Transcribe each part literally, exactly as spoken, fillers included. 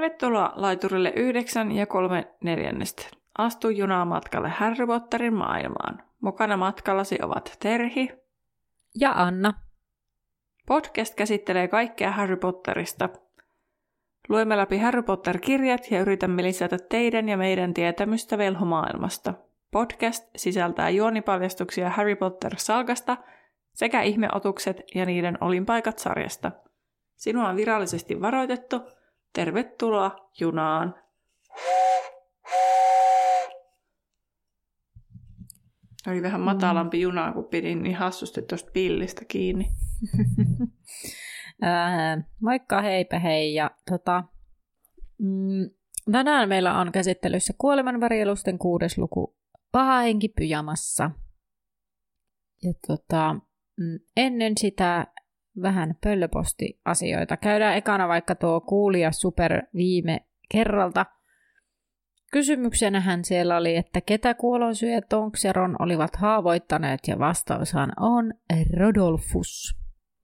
Tervetuloa laiturille yhdeksän ja kolme neljännestä. Astu junaan matkalle Harry Potterin maailmaan. Mukana matkallasi ovat Terhi ja Anna. Podcast käsittelee kaikkea Harry Potterista. Luemme läpi Harry Potter-kirjat ja yritämme lisätä teidän ja meidän tietämystä velhomaailmasta. Podcast sisältää juonipaljastuksia Harry Potter-salgasta sekä ihmeotukset ja niiden olinpaikat sarjasta. Sinua on virallisesti varoitettu. Tervetuloa junaan. Oli vähän matalampi junaa, kun pidin niin hassusti tuosta pillistä kiinni. äh, moikka, heipä hei. Ja, tota, mm, tänään meillä on käsittelyssä Kuolemanvarjelusten kuudes luku Paha henki pyjamassa. Ja tota, mm, ennen sitä vähän pöllöpostiasioita. Käydään ekana vaikka tuo kuulija super viime kerralta. Kysymyksenähän siellä oli, että ketä kuolonsyöjät Tonks ja Ron olivat haavoittaneet, ja vastaushan on Rodolphus.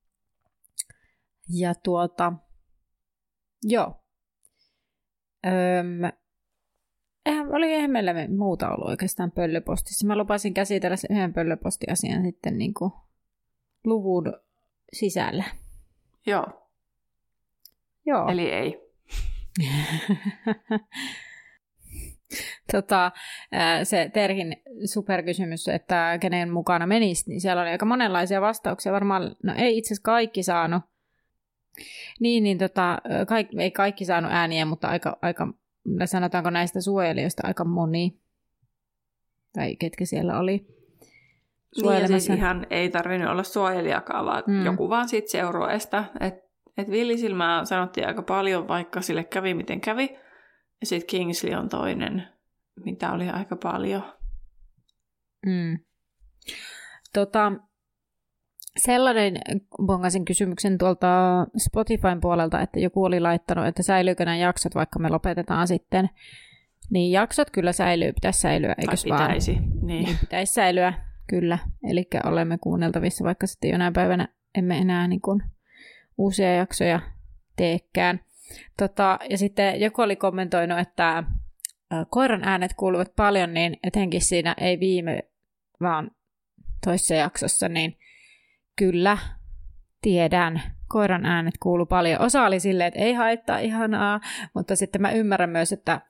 Ja tuota, joo. Öm, eihän, oli eihän meillä muuta ollut oikeastaan pöllöpostissa. Mä lupasin käsitellä sen yhden pöllöpostiasian sitten niin kuin luvun sisällä. Joo. Joo. Eli ei. tota, se Terhin superkysymys, että kenen mukana menisi, niin siellä oli aika monenlaisia vastauksia. Varmaan, no ei itse asiassa kaikki saanut. Niin, niin tota, kaikki, ei kaikki saanut ääniä, mutta aika, aika, sanotaanko näistä suojelijoista aika moni. Tai ketkä siellä oli. Niin, ja siis ihan ei tarvinnut olla suojelijakaan, vaan mm. joku vaan siitä seurueesta. Että et Villisilmää sanottiin aika paljon, vaikka sille kävi miten kävi. Ja sitten Kingsley on toinen, mitä oli aika paljon. Mm. Tota, sellainen bongasin kysymyksen tuolta Spotifyn puolelta, että joku oli laittanut, että säilyykö nämä jaksot, vaikka me lopetetaan sitten. Niin jaksot kyllä säilyy, pitäisi säilyä, eikös vaan? Pitäisi, niin. niin. Pitäisi säilyä, kyllä. Eli olemme kuunneltavissa, vaikka sitten jonain päivänä emme enää niin kuin uusia jaksoja teekään. Tota, ja sitten joku oli kommentoinut, että ä, koiran äänet kuuluvat paljon, niin etenkin siinä ei viime, vaan toisessa jaksossa, niin kyllä tiedän, koiran äänet kuuluu paljon. Osa oli silleen, että ei haittaa, ihanaa, mutta sitten mä ymmärrän myös, että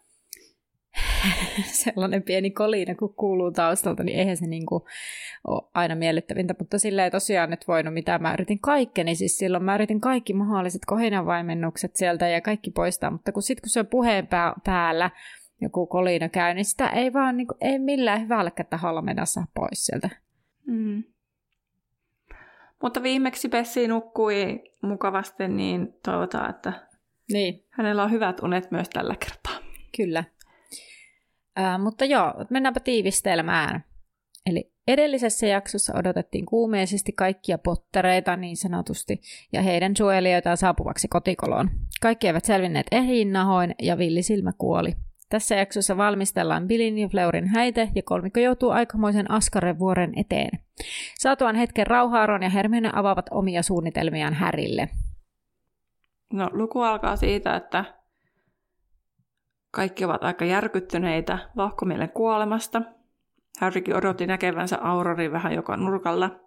sellainen pieni kolina, kun kuuluu taustalta, niin eihän se niinku ole aina miellyttävintä, mutta sillä ei tosiaan nyt voinut mitään. Mä yritin kaikkeni, siis silloin mä yritin kaikki mahdolliset kohinanvaimennukset sieltä ja kaikki poistaa, mutta kun sitten kun se on puheen pää- päällä joku kolina käy, niin sitä ei vaan niinku, ei millään hyvällekään taholla mennä saa pois sieltä. Mm. Mutta viimeksi Bessi nukkui mukavasti, niin toivotaan, että niin. hänellä on hyvät unet myös tällä kertaa. Kyllä. Äh, mutta joo, mennäänpä tiivistelmään. Eli edellisessä jaksossa odotettiin kuumeisesti kaikkia pottereita niin sanotusti ja heidän suojelijoitaan saapuvaksi kotikoloon. Kaikki eivät selvinneet ehjiin nahoin ja Villisilmä kuoli. Tässä jaksossa valmistellaan Billin ja Fleurin häite ja kolmikko joutuu aikamoisen Askarevuoren eteen. Saatuaan hetken rauhaa, Ron ja Hermione avaavat omia suunnitelmiaan Harrylle. No, luku alkaa siitä, että kaikki ovat aika järkyttyneitä vahkomielen kuolemasta. Harrykin odotti näkevänsä Aurorin vähän joka nurkalla.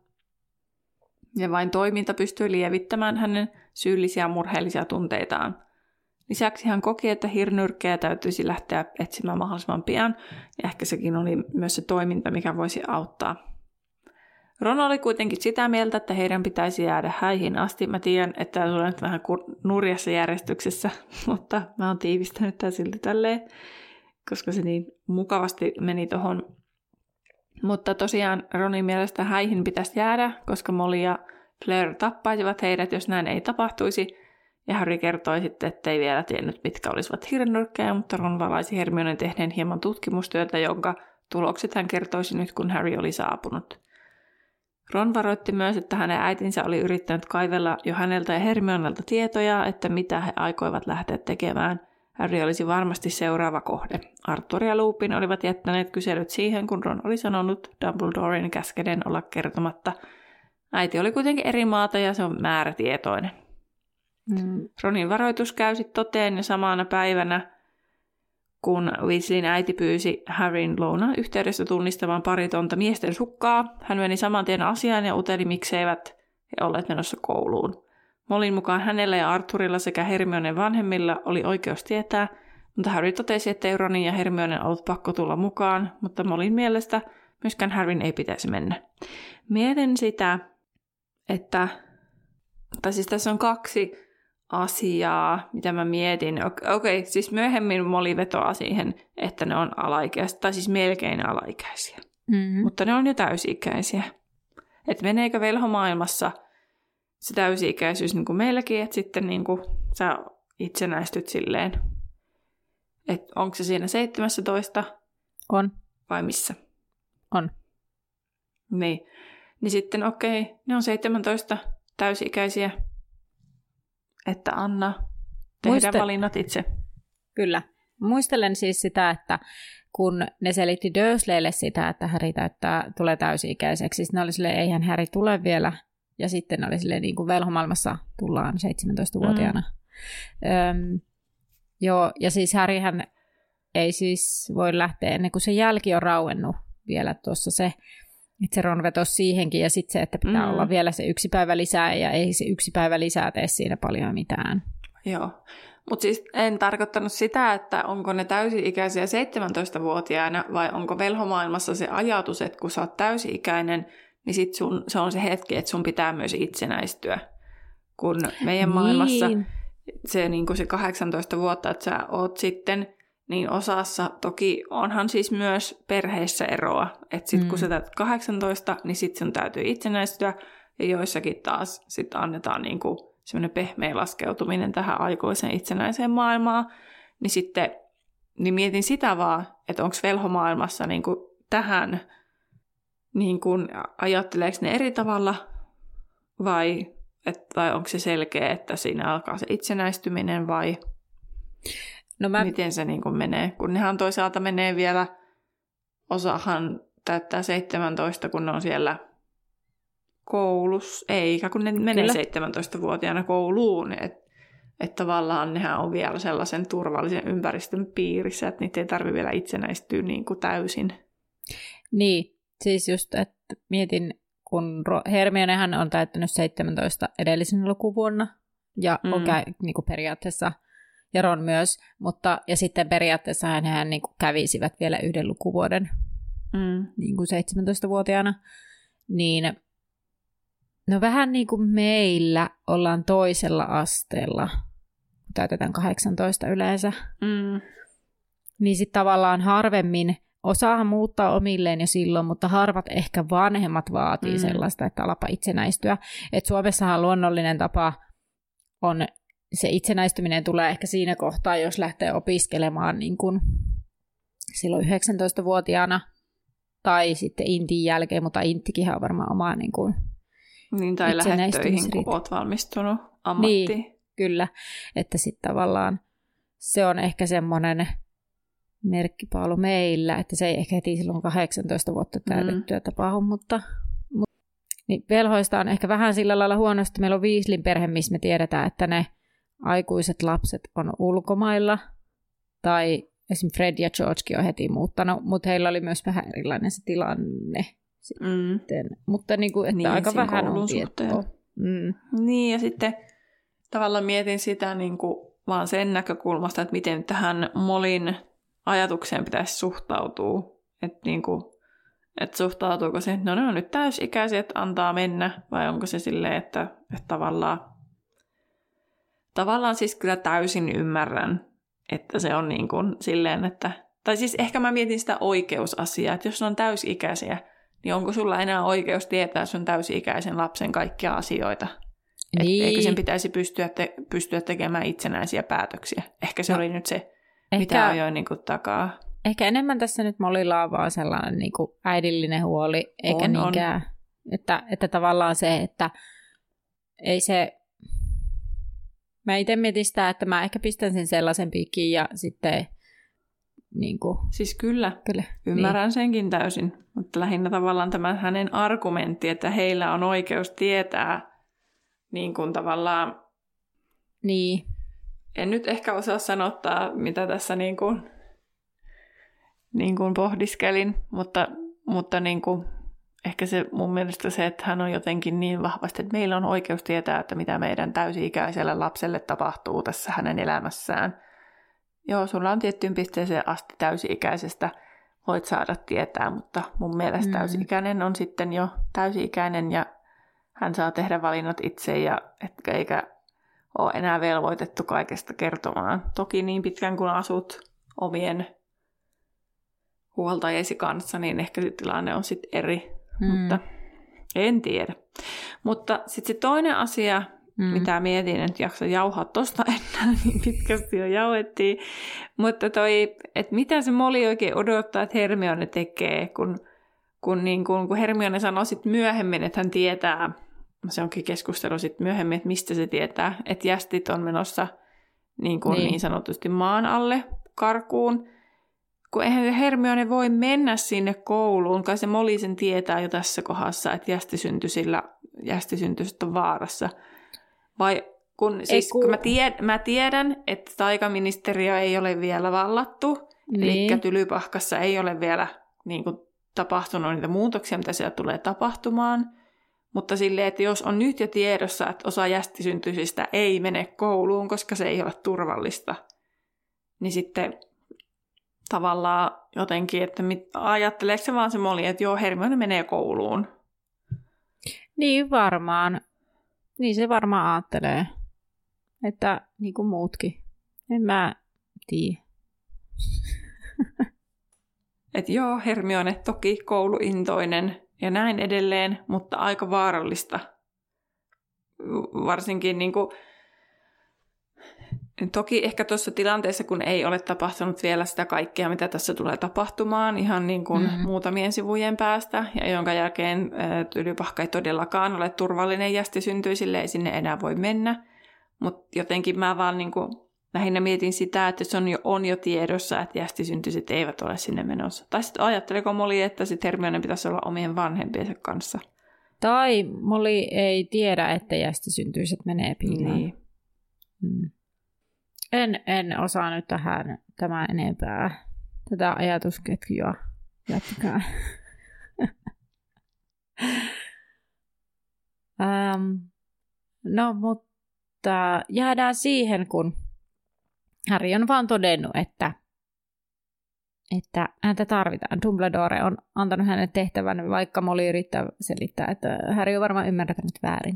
Ja vain toiminta pystyi lievittämään hänen syyllisiä murheellisia tunteitaan. Lisäksi hän koki, että hirnyrkkejä täytyisi lähteä etsimään mahdollisimman pian. Ja ehkä sekin oli myös se toiminta, mikä voisi auttaa. Ron oli kuitenkin sitä mieltä, että heidän pitäisi jäädä häihin asti. Mä tiedän, että tämä tulee nyt vähän nurjassa järjestyksessä, mutta mä oon tiivistänyt tämän silti tälleen, koska se niin mukavasti meni tohon. Mutta tosiaan Ronin mielestä häihin pitäisi jäädä, koska Molly ja Fleur tappaisivat heidät, jos näin ei tapahtuisi. Ja Harry kertoi sitten, ettei vielä tiennyt, mitkä olisivat hirnyrkkejä, mutta Ron valaisi Hermionen tehneen hieman tutkimustyötä, jonka tulokset hän kertoisi nyt, kun Harry oli saapunut. Ron varoitti myös, että hänen äitinsä oli yrittänyt kaivella jo häneltä ja Hermionelta tietoja, että mitä he aikoivat lähteä tekemään. Harry olisi varmasti seuraava kohde. Arthur ja Lupin olivat jättäneet kyselyt siihen, kun Ron oli sanonut Dumbledoren käskeden olla kertomatta. Äiti oli kuitenkin eri maata ja se on määrätietoinen. Mm. Ronin varoitus käy sitten toteen ja samana päivänä, kun Weasleyn äiti pyysi Harryn lounaan yhteydessä tunnistamaan paritonta miesten sukkaa, hän meni saman tien asiaan ja uteli, mikseivät he olleet menossa kouluun. Mollyn mukaan hänellä ja Arthurilla sekä Hermionen vanhemmilla oli oikeus tietää, mutta Harry totesi, ettei Ronin ja Hermionen ollut pakko tulla mukaan, mutta Mollyn mielestä myöskään Harryn ei pitäisi mennä. Mietin sitä, että, tai siis tässä on kaksi asiaa, mitä mä mietin. Okei, okay, siis myöhemmin Molly vetoaa siihen, että ne on alaikäisiä, tai siis melkein alaikäisiä. Mm-hmm. Mutta ne on jo täysi-ikäisiä. Että meneekö velhomaailmassa se täysi-ikäisyys niin kuin meilläkin, että sitten niin kuin sä itsenäistyt silleen, että onko se siinä seitsemäntoista? On. Vai missä? On. Niin. Niin sitten okei, okay, ne on seitsemäntoista täysi-ikäisiä, että anna tehdä Muistel... valinnat itse. Kyllä. Muistelen siis sitä, että kun ne selitti Dursleylle sitä, että Harry täyttää, tulee täysi-ikäiseksi, siis ne oli silleen, eihän Harry tule vielä. Ja sitten ne oli silleen, niin kuin velhomaailmassa tullaan seitsemäntoistavuotiaana. Mm. Öm, joo, ja siis Harryhän ei siis voi lähteä ennen kuin se jälki on rauennut vielä tuossa se, että se Ron vetosi siihenkin, ja sitten se, että pitää mm. olla vielä se yksi päivä lisää, ja ei se yksi päivä lisää tee siinä paljon mitään. Joo, mutta siis en tarkoittanut sitä, että onko ne täysi-ikäisiä seitsemäntoistavuotiaana, vai onko velhomaailmassa se ajatus, että kun sä oot täysi-ikäinen, niin sit sun, se on se hetki, että sun pitää myös itsenäistyä. Kun meidän niin. maailmassa se, niin kuin se kahdeksantoista vuotta, että sä oot sitten, niin osassa toki onhan siis myös perheissä eroa. Että sitten mm. kun sä täytät kahdeksantoista, niin sitten sun täytyy itsenäistyä. Ja joissakin taas sit annetaan niin kuin semmoinen pehmeä laskeutuminen tähän aikuiseen itsenäiseen maailmaan. Niin sitten niin mietin sitä vaan, että onko velhomaailmassa niin kuin tähän, niin kuin ajatteleeko ne eri tavalla vai, et, vai onko se selkeä, että siinä alkaa se itsenäistyminen vai no mä... miten se niin kuin menee? Kun nehän toisaalta menee vielä, osahan täyttää seitsemäntoista, kun ne on siellä koulussa, eikä kun ne menee Kyllä. seitsemäntoistavuotiaana kouluun, että et tavallaan nehän on vielä sellaisen turvallisen ympäristön piirissä, että niitä ei tarvitse vielä itsenäistyä niin kuin täysin. Niin, siis just, että mietin, kun Hermionehan on täyttänyt seitsemäntoista edellisen lukuvuonna, ja mm. on käy, niin kuin periaatteessa, ja Ron myös, mutta ja sitten periaatteessa hän niin kuin kävisivät vielä yhden lukuvuoden mm. niin kuin seitsemäntoistavuotiaana, niin no vähän niin kuin meillä ollaan toisella asteella, kun täytetään kahdeksantoista yleensä, mm. niin sitten tavallaan harvemmin, osaahan muuttaa omilleen jo silloin, mutta harvat ehkä vanhemmat vaatii mm. sellaista, että alapa itsenäistyä. Et Suomessahan luonnollinen tapa on, se itsenäistyminen tulee ehkä siinä kohtaa, jos lähtee opiskelemaan niin kuin silloin yhdeksäntoistavuotiaana tai sitten intin jälkeen, mutta inttikin on varmaan oma niin kuin niin, tai lähdet töihin, kun olet valmistunut ammattiin. Niin, kyllä. Että sitten tavallaan se on ehkä semmoinen merkkipaalu meillä, että se ei ehkä heti silloin kahdeksantoista vuotta täytettyä mm. tapahdu, mutta, mutta niin velhoista on ehkä vähän sillä lailla huonosti. Meillä on Weasleyn perhe, missä me tiedetään, että ne aikuiset lapset on ulkomailla, tai esimerkiksi Fred ja Georgekin on heti muuttanut, mutta heillä oli myös vähän erilainen se tilanne. Sitten. Mm. Mutta niin kuin, että niin, aika vähän on tietoa. Mm. Niin, ja sitten tavallaan mietin sitä niin kuin vaan sen näkökulmasta, että miten tähän Mollyn ajatukseen pitäisi suhtautua. Että niin kuin, että suhtautuuko se, että no ne on nyt täysikäisiä, että antaa mennä, vai onko se silleen, että, että tavallaan, tavallaan siis kyllä täysin ymmärrän, että se on niin kuin silleen, että, tai siis ehkä mä mietin sitä oikeusasiaa, että jos ne on täysikäisiä, niin onko sulla enää oikeus tietää sun täysi-ikäisen lapsen kaikkia asioita? Niin. Et eikö sen pitäisi pystyä, te- pystyä tekemään itsenäisiä päätöksiä? Ehkä se no, oli nyt se, ehkä, mitä ajoin niin kuin takaa. Ehkä enemmän tässä nyt Mollylla on vaan sellainen niin kuin äidillinen huoli, eikä on, niinkään. On. Että, että tavallaan se, että ei se... Mä itse mietin sitä, että mä ehkä pistän sen sellaisen piikkiin ja sitten... Niin kuin. Siis kyllä, kyllä. Ymmärrän niin. senkin täysin, mutta lähinnä tavallaan tämä hänen argumentti, että heillä on oikeus tietää niin kuin tavallaan, Niin. En nyt ehkä osaa sanottaa, mitä tässä niin kuin, niin kuin pohdiskelin, mutta, mutta niin kuin, ehkä se mun mielestä se, että hän on jotenkin niin vahvasti, että meillä on oikeus tietää, että mitä meidän täysi-ikäiselle lapselle tapahtuu tässä hänen elämässään. Joo, sulla on tiettyyn pisteeseen asti täysi-ikäisestä, voit saada tietää, mutta mun mielestä mm. täysi-ikäinen on sitten jo täysi-ikäinen ja hän saa tehdä valinnat itse ja etkä eikä ole enää velvoitettu kaikesta kertomaan. Toki niin pitkään kun asut omien huoltajiesi kanssa, niin ehkä tilanne on sitten eri, mm. mutta en tiedä. Mutta sitten se toinen asia, mm. mitä mietin, että jaksa jauhaa tosta enää, niin pitkästi jo jauhettiin, mutta toi, että mitä se Molly oikein odottaa, että Hermione tekee, kun, kun, niin kun, kun Hermione sanoo sitten myöhemmin, että hän tietää, se onkin keskustelu sitten myöhemmin, että mistä se tietää, että jästit on menossa niin, kuin niin. niin sanotusti maan alle karkuun, kun eihän Hermione voi mennä sinne kouluun, kai se Molly sen tietää jo tässä kohdassa, että jästisyntyisillä, jästisyntyiset on vaarassa. Vai kun, siis, kun mä, tied, mä tiedän, että taikaministeriö ei ole vielä vallattu, niin. Eli Tylypahkassa ei ole vielä niin kuin, tapahtunut niitä muutoksia, mitä siellä tulee tapahtumaan. Mutta silleen, että jos on nyt jo tiedossa, että osa jästisyntyisistä ei mene kouluun, koska se ei ole turvallista, niin sitten tavallaan jotenkin, että mit, ajatteleeko se vaan se Molly, että joo, Hermione menee kouluun? Niin varmaan. Niin se varmaan ajattelee. Että niin kuin muutkin. En mä tiedä. Että joo, Hermione toki kouluintoinen ja näin edelleen, mutta aika vaarallista. Varsinkin niin kuin toki ehkä tuossa tilanteessa, kun ei ole tapahtunut vielä sitä kaikkea, mitä tässä tulee tapahtumaan, ihan niin kuin mm-hmm. muutamien sivujen päästä, ja jonka jälkeen Tylypahka ei todellakaan ole turvallinen jästisyntyisille, ei sinne enää voi mennä. Mutta jotenkin mä vaan niin kuin lähinnä mietin sitä, että se on jo, on jo tiedossa, että jästisyntyiset eivät ole sinne menossa. Tai sitten ajatteliko Molly, että sitten Hermione pitäisi olla omien vanhempiensa kanssa? Tai Molly ei tiedä, että jästisyntyiset menee piiloon. Niin. Hmm. En, en osaa nyt tähän tämän enempää tätä ajatusketjua jatkaa. um, no, mutta jäädään siihen, kun Harry on vaan todennut, että, että häntä tarvitaan. Dumbledore on antanut hänelle tehtävän, vaikka Molly yrittää selittää, että Harry on varmaan ymmärtänyt väärin.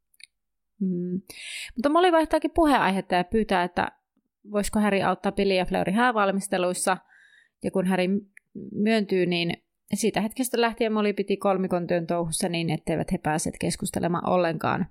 Mm. Mutta Molly vaihtaakin puheenaihetta ja pyytää, että voisiko Harry auttaa Billy ja Fleury häävalmisteluissa. Ja kun Harry myöntyy, niin siitä hetkestä lähtien Molly piti kolmikon työn touhussa niin, etteivät he pääset keskustelemaan ollenkaan.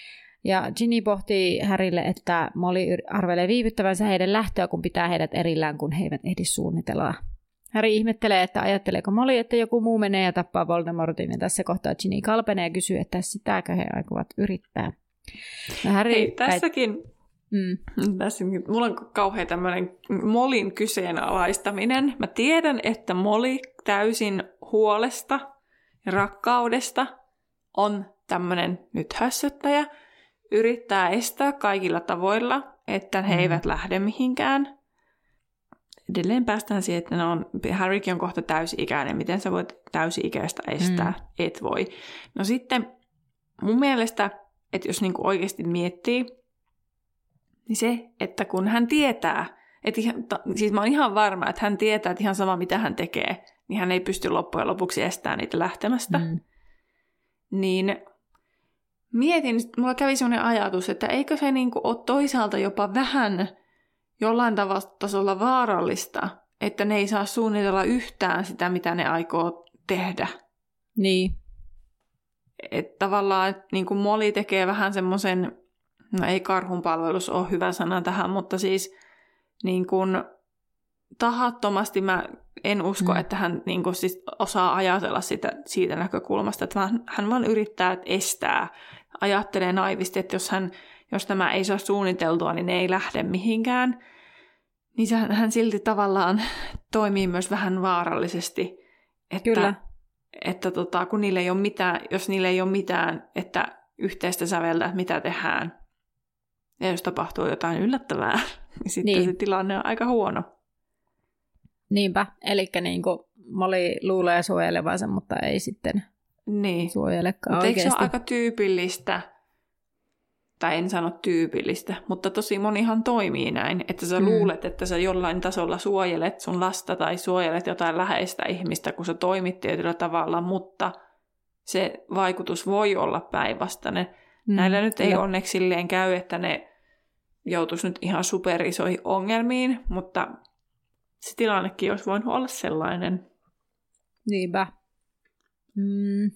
Ja Ginny pohtii Harrylle, että Molly arvelee viivyttävänsä heidän lähtöä, kun pitää heidät erillään, kun he eivät ehdi suunnitella. Harry ihmettelee, että ajatteleeko Molly, että joku muu menee ja tappaa Voldemortin. Ja tässä kohtaa Ginny kalpenee ja kysyy, että sitäkö he aikovat yrittää. No Harry, Hei, tässäkin... Mm. Tässäkin, mulla on kauhean tämmöinen Mollyn kyseenalaistaminen. Mä tiedän, että Molly täysin huolesta ja rakkaudesta on tämmöinen nyt hössöttäjä, yrittää estää kaikilla tavoilla, että he eivät mm. lähde mihinkään. Edelleen päästään siihen, että ne on, Harrykin on kohta täysi-ikäinen. Miten sä voit täysi-ikäistä estää? Mm. Et voi. No sitten mun mielestä, että jos niinku oikeasti miettii, niin se, että kun hän tietää, että ihan, siis mä oon ihan varma, että hän tietää, että ihan sama mitä hän tekee, niin hän ei pysty loppujen lopuksi estämään niitä lähtemästä. Mm. Niin mietin, mulla kävi sellainen ajatus, että eikö se niinku ole toisaalta jopa vähän jollain tasolla vaarallista, että ne ei saa suunnitella yhtään sitä, mitä ne aikoo tehdä. Niin. Että tavallaan niin kuin Molly tekee vähän semmoisen, no ei karhunpalvelus ole hyvä sana tähän, mutta siis niin kuin tahattomasti mä en usko, mm. että hän niin kuin siis osaa ajatella sitä siitä näkökulmasta, että hän, hän vaan yrittää estää, ajattelee naivisti, että jos, hän, jos tämä ei saa suunniteltua, niin ne ei lähde mihinkään, niin se, hän silti tavallaan toimii myös vähän vaarallisesti, että, Kyllä. että tota, kun niillä ei ole mitään, jos niillä ei ole mitään, että yhteistä säveltä, mitä tehdään, Ja jos tapahtuu jotain yllättävää, niin sitten Niin. se tilanne on aika huono. Niinpä, eli niin kuin Molly luulee suojelevansa, mutta ei sitten Niin. suojelekaan Mutta eikö se oikeasti. ole aika tyypillistä, tai en sano tyypillistä, mutta tosi monihan toimii näin, että sä Mm. luulet, että sä jollain tasolla suojelet sun lasta tai suojelet jotain läheistä ihmistä, kun sä toimit tietyllä tavalla, mutta se vaikutus voi olla päinvastainen. Mm, Näillä nyt ei kyllä. onneksi silleen käy, että ne joutuisi nyt ihan superisoihin ongelmiin, mutta se tilannekin olisi voinut olla sellainen. Niinpä. Mm.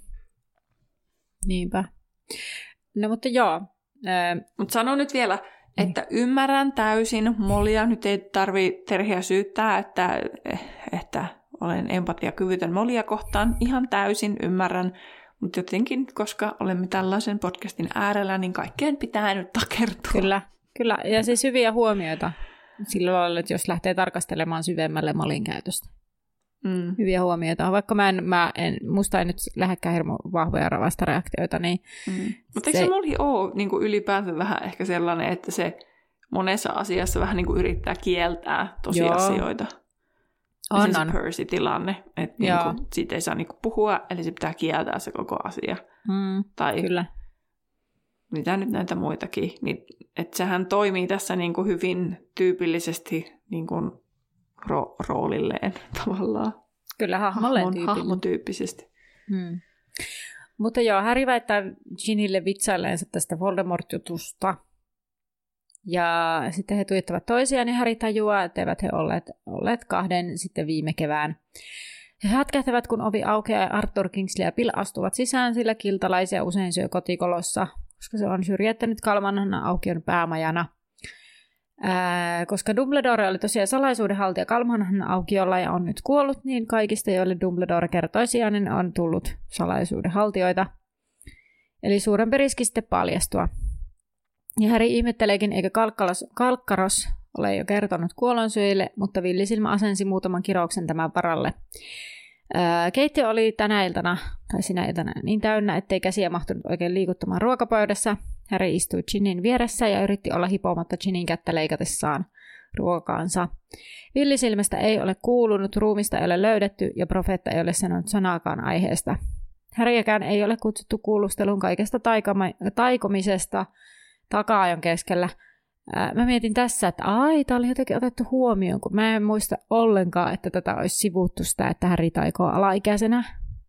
Niinpä. No mutta joo. Ää, Mutta sanon nyt vielä, että ymmärrän täysin Mollia. Nyt ei tarvitse Terhiä syyttää, että, että olen empatiakyvytön Mollia kohtaan. Ihan täysin ymmärrän. Mutta jotenkin, koska olemme tällaisen podcastin äärellä, niin kaikkeen pitää nyt takertua. Kyllä, kyllä. Ja siis hyviä huomioita sillä lailla, että jos lähtee tarkastelemaan syvemmälle Molin käytöstä. Mm. Hyviä huomioita. Vaikka mä en, mä en, musta ei nyt lähdekään hirmu vahvoja vastareaktioita, niin Mm. Mutta eikö se Molly ole niin kuin ylipäänsä vähän ehkä sellainen, että se monessa asiassa vähän niin kuin yrittää kieltää tosiasioita? On, se on. se Percy-tilanne, että niin kuin, siitä ei saa niin kuin puhua, eli se pitää kieltää se koko asia. Mm, tai kyllä. mitä nyt näitä muitakin. Niin, että sehän toimii tässä niin kuin hyvin tyypillisesti niin kuin ro- roolilleen tavallaan. Kyllä hahmolle Hahmon, hahmotyyppisesti. Hmm. Mutta joo, Harry väittää Ginille vitsailleensa tästä Voldemort-jutusta. Ja sitten he tuijottavat toisiaan ja Harry tajuaa, että eivät he olleet, olleet kahden sitten viime kevään. He hätkähtävät, kun ovi aukeaa ja Arthur, Kingsley ja Bill astuvat sisään, sillä kiltalaisia usein syö kotikolossa, koska se on syrjäyttänyt Kalmanhan aukion päämajana. Ää, koska Dumbledore oli tosiaan salaisuudenhaltija Kalmanhan aukiolla ja on nyt kuollut, niin kaikista, joille Dumbledore kertoi sijaan, niin on tullut salaisuudenhaltijoita. Eli suurempi riski sitten paljastua. Ja Harry ihmetteleekin, eikö Kalkkaros, Kalkkaros ole jo kertonut kuolonsyöjille, mutta Villisilmä asensi muutaman kirouksen tämän varalle. Ää, keittiö oli tänä iltana, tai sinä iltana, niin täynnä, ettei käsiä mahtunut oikein liikuttamaan ruokapöydässä. Harry istui Ginin vieressä ja yritti olla hipomatta Ginin kättä leikatessaan ruokaansa. Villisilmästä ei ole kuulunut, ruumista ei ole löydetty ja profeetta ei ole sanonut sanaakaan aiheesta. Harryäkään ei ole kutsuttu kuulusteluun kaikesta taikama- taikomisesta taka-ajon keskellä. Ää, mä mietin tässä, että ai, tää oli jotenkin otettu huomioon, kun mä en muista ollenkaan, että tätä olisi sivuttu sitä, että Harry taikoo alaikäisenä.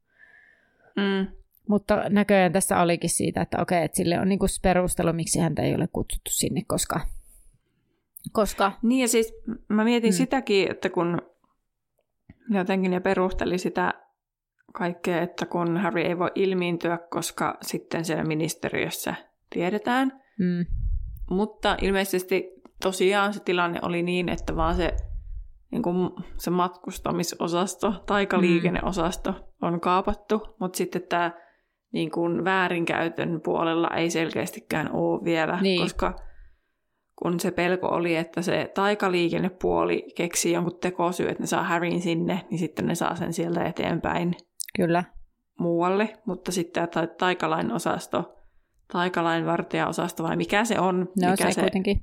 Mm. Mutta näköjään tässä olikin siitä, että okei, että sille on niinku perustelu, miksi häntä ei ole kutsuttu sinne, koska... koska... Niin ja siis mä mietin Mm. sitäkin, että kun jotenkin ne perusteli sitä kaikkea, että kun Harry ei voi ilmiintyä, koska sitten siellä ministeriössä tiedetään. Mm. Mutta ilmeisesti tosiaan se tilanne oli niin, että vaan se, niin kuin se matkustamisosasto, taikaliikenneosasto on kaapattu, mutta sitten tämä niin kuin väärinkäytön puolella ei selkeästikään ole vielä, Niin. koska kun se pelko oli, että se taikaliikennepuoli keksii jonkun tekosyy, että ne saa Harryn sinne, niin sitten ne saa sen sieltä eteenpäin Kyllä. muualle, mutta sitten tämä taikalain osasto, taikalain vartijaosasto vai mikä se on, No mikä se, se kuitenkin.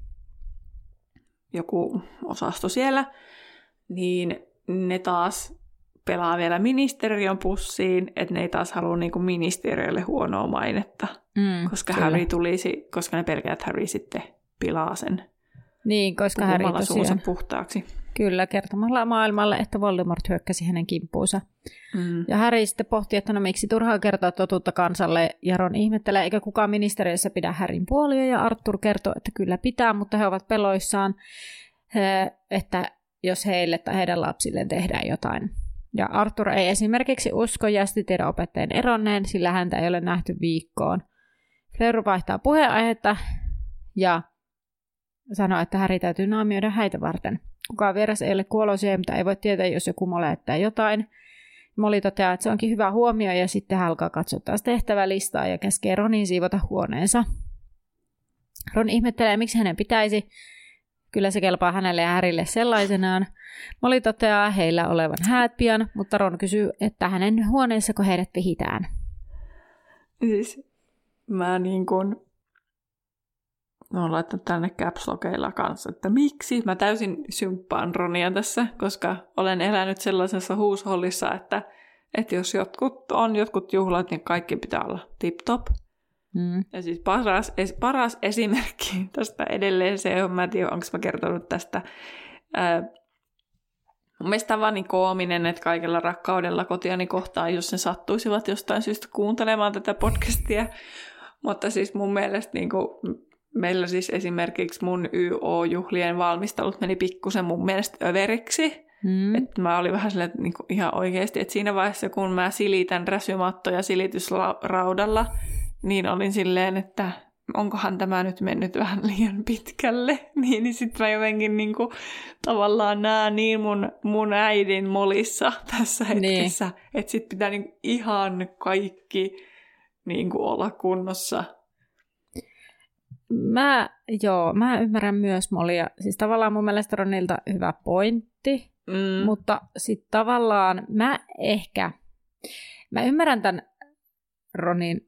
joku osasto siellä, niin ne taas pelaa vielä ministeriön pussiin, että ne ei taas halua niinku ministeriölle huonoa mainetta, Mm, koska kyllä. Harry tulisi, koska ne pelkää, että Harry sitten pilaa sen Niin, koska Harry puhumalla suunsa tosiaan, puhtaaksi. kyllä, kertomalla maailmalle, että Voldemort hyökkäsi hänen kimppuunsa. Mm. Ja Harry sitten pohti, että no miksi turhaa kertoa totuutta kansalle, ja Ron ihmettelee, eikä kukaan ministeriössä pidä Harryn puolia, ja Arthur kertoo, että kyllä pitää, mutta he ovat peloissaan, he- että jos heille tai heidän lapsilleen tehdään jotain. Ja Arthur ei esimerkiksi usko jästitiedon opettajan eronneen, sillä häntä ei ole nähty viikkoon. Fleur vaihtaa puheenaihetta ja sanoo, että Harry täytyy naamioida häitä varten. Kukaan vieras ei ole kuoloisia, mutta ei voi tietää, jos joku molettaa jotain. Molly toteaa, että se onkin hyvä huomio ja sitten hän alkaa katsoa taas tehtävälistaa ja käskee Ronin siivota huoneensa. Ron ihmettelee, miksi hänen pitäisi. Kyllä se kelpaa hänelle ja Harrylle sellaisenaan. Molly toteaa heillä olevan häät pian, mutta Ron kysyy, että hänen huoneessako heidät vihitään. Siis mä niin kuin mä oon laittanut tänne caps lockeilla kanssa, että miksi? Mä täysin symppaan Ronia tässä, koska olen elänyt sellaisessa huushollissa, että, että jos jotkut on jotkut juhlat, niin kaikki pitää olla tip-top. Mm. Ja siis paras, es, paras esimerkki tästä edelleen se on, mä en tiedä, onko mä kertonut tästä. Ää, mun mielestä on vaan niin koominen, että kaikella rakkaudella kotiani kohtaan, jos ne sattuisivat jostain syystä kuuntelemaan tätä podcastia. Mutta siis mun mielestä niin kuin, meillä siis esimerkiksi mun Y O-juhlien valmistelut meni pikkusen mun mielestä överiksi. Mm. Että mä olin vähän silleen, että niin kuin ihan oikeasti, että siinä vaiheessa kun mä silitän räsymattoja silitysraudalla, niin olin silleen, että onkohan tämä nyt mennyt vähän liian pitkälle. Niin, niin sitten mä jotenkin niin kuin, tavallaan näen niin mun, mun äidin molissa tässä hetkessä, niin. Että sitten pitää niin kuin, ihan kaikki niin kuin, olla kunnossa. Mä, joo, mä ymmärrän myös molia. Siis tavallaan mun mielestä Ronilta hyvä pointti, mm. mutta sitten tavallaan mä ehkä, mä ymmärrän tämän Ronin,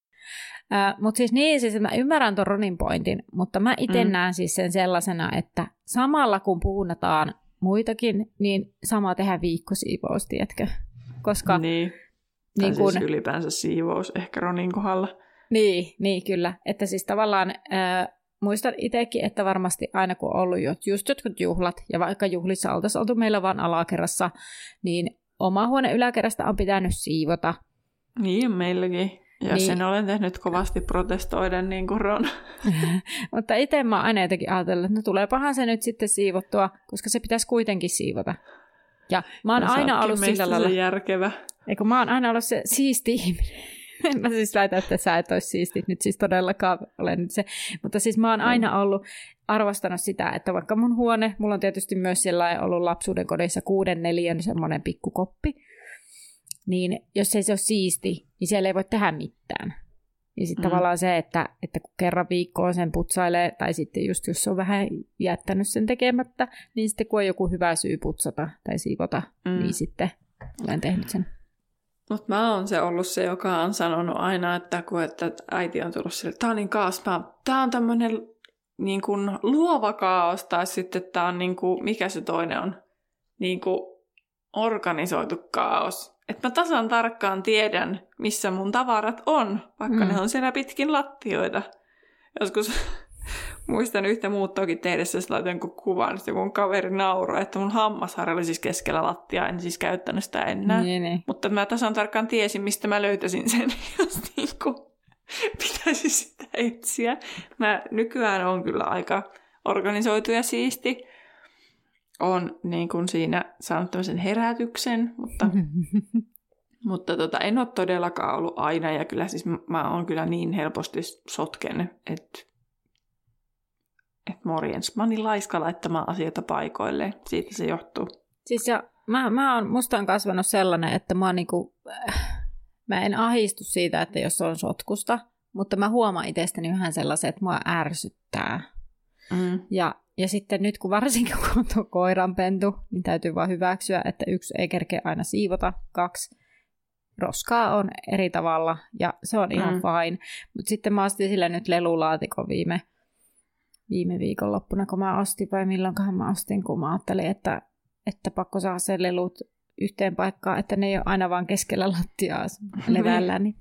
äh, mutta siis niin, siis mä ymmärrän ton Ronin pointin, mutta mä itse mm. näen siis sen sellaisena, että samalla kun puhutaan muitakin, niin sama tehdään viikkosiivous, tiedätkö? Koska niin, tai niin kun, siis ylipäänsä siivous ehkä Ronin kohdalla. Niin, niin kyllä. Että siis tavallaan äh, muistan itsekin, että varmasti aina kun on ollut just jotkut juhlat, ja vaikka juhlissa oltaisiin oltu meillä vaan alakerrassa, niin oma huone yläkerrasta on pitänyt siivota. Niin, meilläkin. Ja niin. Sen olen tehnyt kovasti protestoiden niin kuin Ron. Mutta itse mä oon aina jotenkin ajatellut, että no tuleepahan se nyt sitten siivottua, koska se pitäisi kuitenkin siivota. Ja mä oon no, aina ollut sillä lailla. Järkevä. Eikö mä oon aina ollut se siisti ihminen. En mä siis väitä, että sä et olisi siisti, nyt siis todellakaan olen nyt se. Mutta siis mä oon aina ollut arvostanut sitä, että vaikka mun huone, mulla on tietysti myös sellainen ollut lapsuuden kodissa kuuden neljän semmoinen pikkukoppi, niin jos ei se ole siisti, niin siellä ei voi tehdä mitään. Ja sitten mm. tavallaan se, että, että kun kerran viikkoon sen putsailee, tai sitten just jos on vähän jättänyt sen tekemättä, niin sitten kun on joku hyvä syy putsata tai siivota, mm. niin sitten olen tehnyt sen. Mutta mä oon se ollut se, joka on sanonut aina, että kun että äiti on tullut sille, että tää on niin kaos, tää on tämmönen niin kuin luova kaos, tai sitten tää on niin kuin, mikä se toinen on, niin kuin organisoitu kaos. Että mä tasan tarkkaan tiedän, missä mun tavarat on, vaikka mm. ne on siellä pitkin lattioita. Joskus muistan yhtä muuttoakin tehdessä, että laitoin jonkun kuvan, että mun kaveri nauroi, että mun hammasharja oli siis keskellä lattiaa, en siis käyttänyt sitä enää. Niin, niin. Mutta mä tasan tarkkaan tiesin, mistä mä löytäisin sen, jos niinku pitäisi sitä etsiä. Mä nykyään on kyllä aika organisoitu ja siisti. Olen niin kuin siinä saanut tämmöisen herätyksen, mutta, mutta tota, en ole todellakaan ollut aina. Ja kyllä siis mä oon kyllä niin helposti sotken, että et morjens. Mä oon niin laiska laittamaan asioita paikoilleen. Siitä se johtuu. Siis ja, mä, mä oon, musta on kasvanut sellainen, että mä, oon niinku, äh, mä en ahistu siitä, että jos on sotkusta, mutta mä huomaan itsestäni vähän sellaisen, että mua ärsyttää. Mm. Ja Ja sitten nyt, kun varsinkin kun on tuo koiranpentu, niin täytyy vaan hyväksyä, että yksi ei kerkeä aina siivota, kaksi roskaa on eri tavalla, ja se on ihan mm. fine. Mutta sitten mä ostin sille nyt lelulaatikon viime, viime viikonloppuna, kun mä ostin, vai milloinkohan mä ostin, kun mä ajattelin, että, että pakko saada sen lelut yhteen paikkaan, että ne ei ole aina vaan keskellä lattiaa levällä. Niin.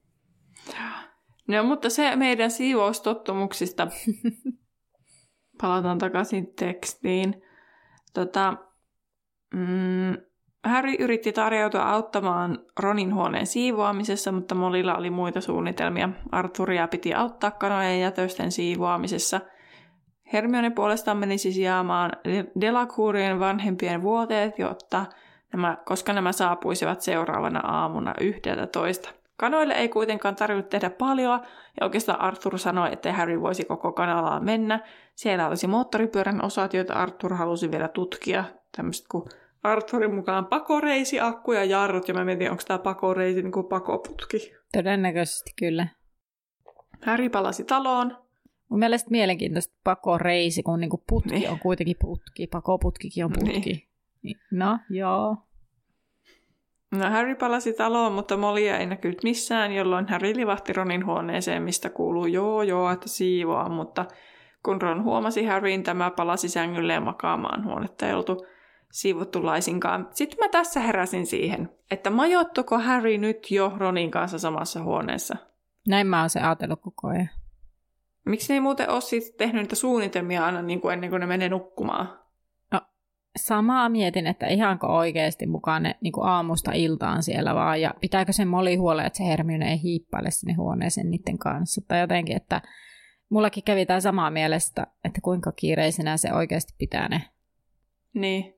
No, mutta se meidän siivoustottumuksista... Palataan takaisin tekstiin. Tota, mm, Harry yritti tarjoutua auttamaan Ronin huoneen siivoamisessa, mutta Mollylla oli muita suunnitelmia. Arthuria piti auttaa kanojen jätösten siivoamisessa. Hermione puolestaan meni siis jaamaan Delacourien vanhempien vuoteet, jotta nämä, koska nämä saapuisivat seuraavana aamuna yhdeltä toista. Kanoille ei kuitenkaan tarvinnut tehdä paljon, ja oikeastaan Arthur sanoi, että Harry voisi koko kanalaan mennä. Siellä olisi moottoripyörän osat, joita Arthur halusi vielä tutkia. Tämmöiset kuin Arthurin mukaan pakoreisi, akku ja jarrut, ja mä mietin, onko tämä pakoreisi niin kuin pakoputki. Todennäköisesti kyllä. Harry palasi taloon. Mun mielestä mielenkiintoista pakoreisi, kun niin kuin putki niin. on kuitenkin putki, pakoputkikin on putki. Niin. No, joo. No Harry palasi taloon, mutta Mollyä ei näkynyt missään, jolloin Harry livahti Ronin huoneeseen, mistä kuuluu joo joo, että siivoaa, mutta kun Ron huomasi Harryn, tämä palasi sängylleen makaamaan. Huonetta ei oltu siivottu laisinkaan. Sitten mä tässä heräsin siihen, että majoittuko Harry nyt jo Ronin kanssa samassa huoneessa? Näin mä oon se ajatellut koko ajan. Miksi ne ei muuten ole siitä tehnyt niitä suunnitelmia aina niin kuin ennen kuin ne menee nukkumaan? No, samaa mietin, että ihanko oikeasti mukaan ne niin kuin aamusta iltaan siellä vaan, ja pitääkö se Molly huoleen, että se Hermione ei hiippaile sinne huoneeseen niiden kanssa, tai jotenkin, että mullakin kävi tämä samaa mielestä, että kuinka kiireisenä se oikeasti pitää ne. Niin.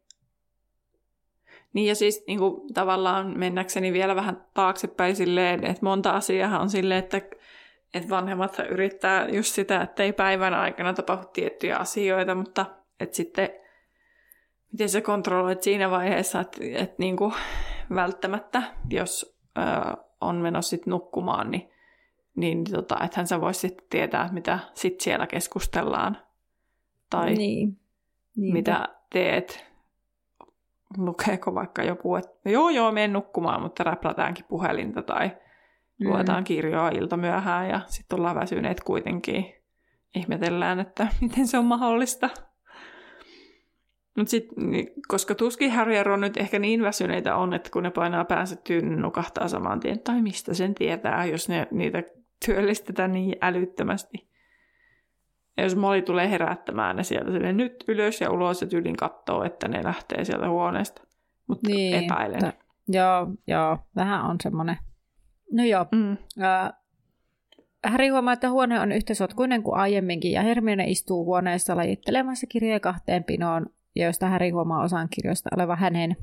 Niin ja siis niin kuin, tavallaan mennäkseni vielä vähän taaksepäin silleen, että monta asiaa on silleen, että, että vanhemmat yrittää just sitä, että ei päivän aikana tapahdu tiettyjä asioita, mutta että sitten miten sä kontrolloit siinä vaiheessa, että, että niin kuin, välttämättä, jos ö, on menossa sit nukkumaan, niin, niin tota, ethän sä vois sitten tietää, mitä sit siellä keskustellaan tai niin. mitä teet. Lukeeko vaikka joku, että joo joo, menen nukkumaan, mutta räplätäänkin puhelinta tai mm. luetaan kirjoa ilta myöhään ja sitten ollaan väsyneet kuitenkin. Ihmetellään, että miten se on mahdollista. Mut sit, koska tuskin Harry ja Ron nyt ehkä niin väsyneitä on, että kun ne painaa päänsä tyynyn, nukahtaa saman tien. Tai mistä sen tietää, jos ne, niitä työllistetään niin älyttömästi. Ja jos Molly tulee herättämään ne sieltä silleen, nyt ylös ja ulos ja tyylin kattoo, että ne lähtee sieltä huoneesta. Mutta niin, epäilen. T- joo, joo, vähän on semmoinen. No joo. Mm. Äh, Harry huomaa, että huone on yhtä sotkuinen kuin aiemminkin, ja Hermione istuu huoneessa lajittelemassa kirjoja kahteen pinoon, joista Harry huomaa osan kirjoista olevan hänen.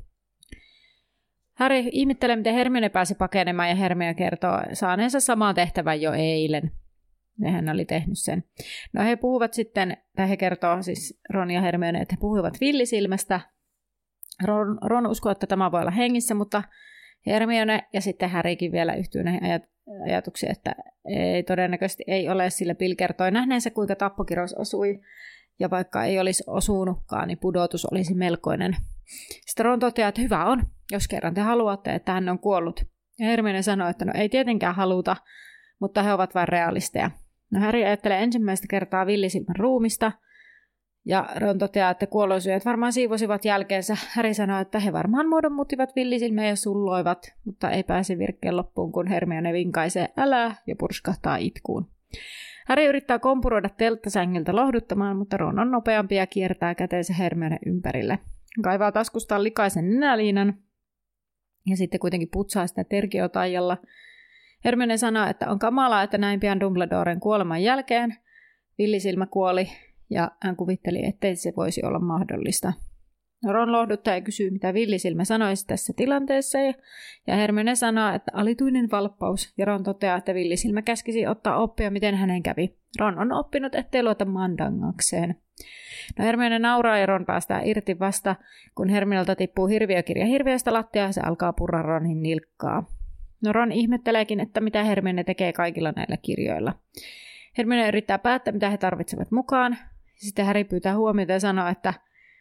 Harry ihmettelee, miten Hermione pääsi pakenemaan, ja Hermione kertoo saaneensa saman tehtävän jo eilen. Ja hän oli tehnyt sen. No he puhuvat sitten, tai he kertoo siis Ron ja Hermione, että he puhuivat villisilmästä. Ron, Ron uskoo, että tämä voi olla hengissä, mutta Hermione ja sitten Harrykin vielä yhtyy näihin ajat- ajatuksiin, että ei todennäköisesti ei ole, sillä Bill kertoi nähneensä, kuinka tappokirous osui. Ja vaikka ei olisi osunutkaan, niin pudotus olisi melkoinen. Sitten Ron toteaa, että hyvä on, jos kerran te haluatte, että hän on kuollut. Ja Hermione sanoi, että no ei tietenkään haluta, mutta he ovat vain realisteja. No Harry ajattelee ensimmäistä kertaa villisilmän ruumista, ja Ron toteaa, että kuolloisyöt varmaan siivosivat jälkeensä. Harry sanoo, että he varmaan muodonmuuttivat villisilmää ja sulloivat, mutta ei pääse virkkeen loppuun, kun Hermione vinkaisee älä ja purskahtaa itkuun. Harry yrittää kompuroida telttasängiltä lohduttamaan, mutta Ron on nopeampi ja kiertää käteensä Hermione ympärille. Kaivaa taskustaan likaisen nenäliinan ja sitten kuitenkin putsaa sitä terkiotaijalla. Hermione sanoo, että on kamalaa, että näin pian Dumbledoren kuoleman jälkeen villisilmä kuoli, ja hän kuvitteli, ettei se voisi olla mahdollista. Ron lohduttaa ja kysyy, mitä villisilmä sanoisi tässä tilanteessa, ja Hermione sanoo, että alituinen valppaus, ja Ron toteaa, että villisilmä käskisi ottaa oppia, miten hänen kävi. Ron on oppinut, ettei luota mandangakseen. No Hermione nauraa ja Ron päästää irti vasta, kun Hermionelta tippuu hirviökirja hirviöstä lattiaa ja se alkaa purra Ronin nilkkaa. No Ron ihmetteleekin, että mitä Hermione tekee kaikilla näillä kirjoilla. Hermione yrittää päättää, mitä he tarvitsevat mukaan. Sitten Harry pyytää huomiota ja sanoo, että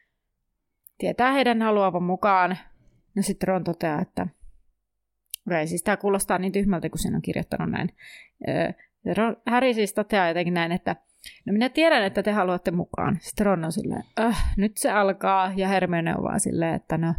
tietää heidän haluavan mukaan. No sitten Ron toteaa, että okei, siis tämä kuulostaa niin tyhmältä, kun sen on kirjoittanut näin. Ron, Harry siis toteaa jotenkin näin, että no minä tiedän, että te haluatte mukaan. Sitten Ron on silleen, äh, nyt se alkaa. Ja Hermione on vaan silleen, että no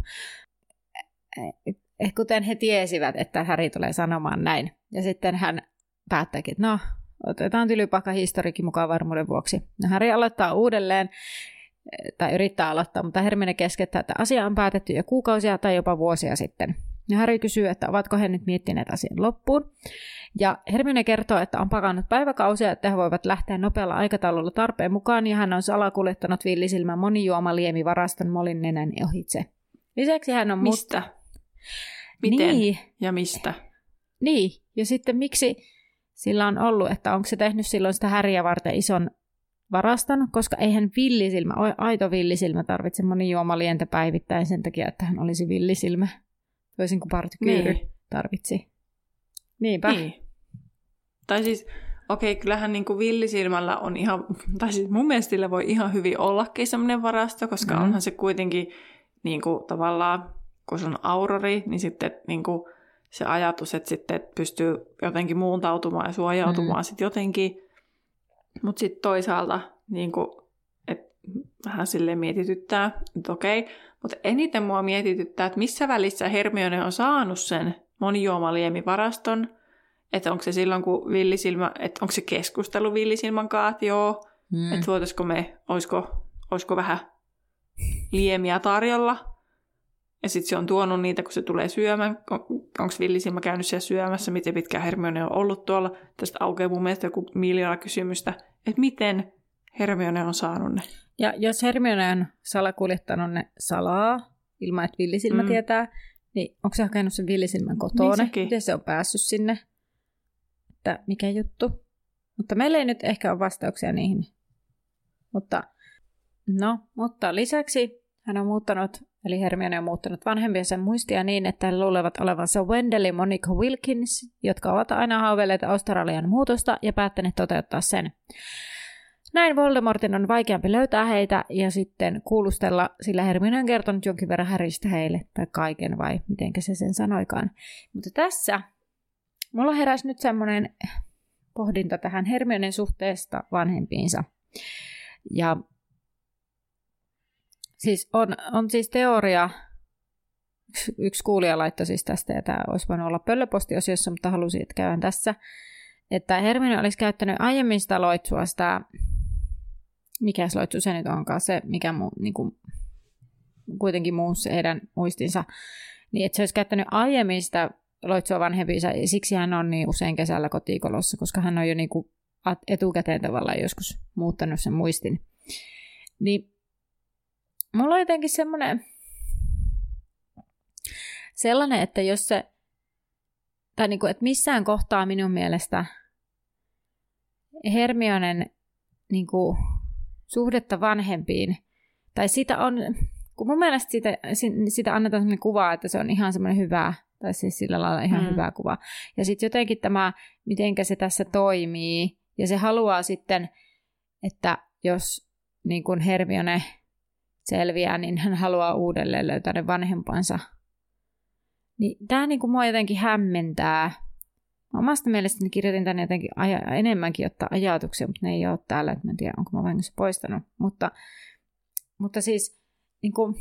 kuten he tiesivät, että Harry tulee sanomaan näin. Ja sitten hän päättääkin, että no, otetaan Tylypahka historiikin mukaan varmuuden vuoksi. No Harry aloittaa uudelleen, tai yrittää aloittaa, mutta Hermione keskeyttää, että asia on päätetty jo kuukausia tai jopa vuosia sitten. Ja Harry kysyy, että ovatko he nyt miettineet asian loppuun. Ja Hermione kertoo, että on pakannut päiväkausia, että he voivat lähteä nopealla aikataululla tarpeen mukaan, ja hän on salakuljettanut villisilmän monijuomaliemivaraston Mollyn nenän ohitse. Lisäksi hän on Mistä? Musta... Miten niin. ja mistä? Niin, ja sitten miksi sillä on ollut, että onko se tehnyt silloin sitä Harryä varten ison varaston, koska eihän villisilmä, aito villisilmä tarvitse monijuomalientä päivittäin sen takia, että hän olisi villisilmä, toisin kuin partykyyry niin. tarvitsi. Niinpä. Niin. Tai siis, okei, okay, kyllähän niin kuin villisilmällä on ihan, tai siis mun mielestä sillä voi ihan hyvin ollakin semmoinen varasto, koska mm. onhan se kuitenkin niin kuin tavallaan kun se on Aurori, niin sitten niin kuin se ajatus, että sitten pystyy jotenkin muuntautumaan ja suojautumaan mm. sitten jotenkin. Mutta sitten toisaalta niin kuin, että vähän silleen mietityttää, että okei. Mutta eniten mua mietityttää, että missä välissä Hermione on saanut sen monijuomaliemivaraston. Että onko se silloin, kun villisilmä, että onko se keskustelu villisilmän kaat, joo. Mm. Että voitaisiko me, olisiko, olisiko vähän liemiä tarjolla. Ja sitten se on tuonut niitä, kun se tulee syömään. Onko villisilmä käynyt siellä syömässä? Miten pitkään Hermione on ollut tuolla? Tästä aukeaa mun mielestä joku miljoona kysymystä. Että miten Hermione on saanut ne? Ja jos Hermione on salakuljettanut ne salaa, ilman että villisilmä mm. tietää, niin onko se hakenut sen villisilmän kotona? Niin miten se on päässyt sinne? Että mikä juttu? Mutta meillä ei nyt ehkä ole vastauksia niihin. Mutta, no, mutta lisäksi hän on muuttanut, eli Hermione on muuttanut vanhempiensa muistia niin, että he luulevat olevansa Wendell ja Monica Wilkins, jotka ovat aina haaveilleet Australian muutosta ja päättäneet toteuttaa sen. Näin Voldemortin on vaikeampi löytää heitä ja sitten kuulustella, sillä Hermione on kertonut jonkin verran Harrystä heille, tai kaiken, vai mitenkä se sen sanoikaan. Mutta tässä mulla heräsi nyt semmoinen pohdinta tähän Hermionen suhteesta vanhempiinsa. Ja siis on, on siis teoria, yksi, yksi kuulija laittoi siis tästä, ja tämä olisi voinut olla pöllöpostiosiossa, mutta halusin, että käyn tässä, että Hermione olisi käyttänyt aiemmin sitä loitsua, sitä, mikä se loitsu se nyt onkaan, se mikä mu, niin kuin, kuitenkin muussa heidän muistinsa, niin että se olisi käyttänyt aiemmin sitä loitsua vanhempiinsa, ja siksi hän on niin usein kesällä kotikolossa, koska hän on jo niin kuin etukäteen tavallaan joskus muuttanut sen muistin. Niin mulla on jotenkin semmoinen sellainen, että jos se, tai niin kuin, että missään kohtaa minun mielestä Hermionen niin kuin suhdetta vanhempiin, tai sitä on, kun mun mielestä sitä, sitä annetaan sellainen kuva, että se on ihan semmoinen hyvä, tai siis sillä lailla ihan mm. hyvä kuva. Ja sitten jotenkin tämä, mitenkä se tässä toimii, ja se haluaa sitten, että jos niin kuin Hermione selviää, niin hän haluaa uudelleen löytää ne vanhempansa. Niin tämä niin kuin mua jotenkin hämmentää. Mä omasta mielestäni kirjoitin tänne jotenkin aja- enemmänkin ottaa ajatuksia, mutta ne ei ole täällä, että mä en tiedä, onko mä vahingossa poistanut. Mutta, mutta siis niin kuin,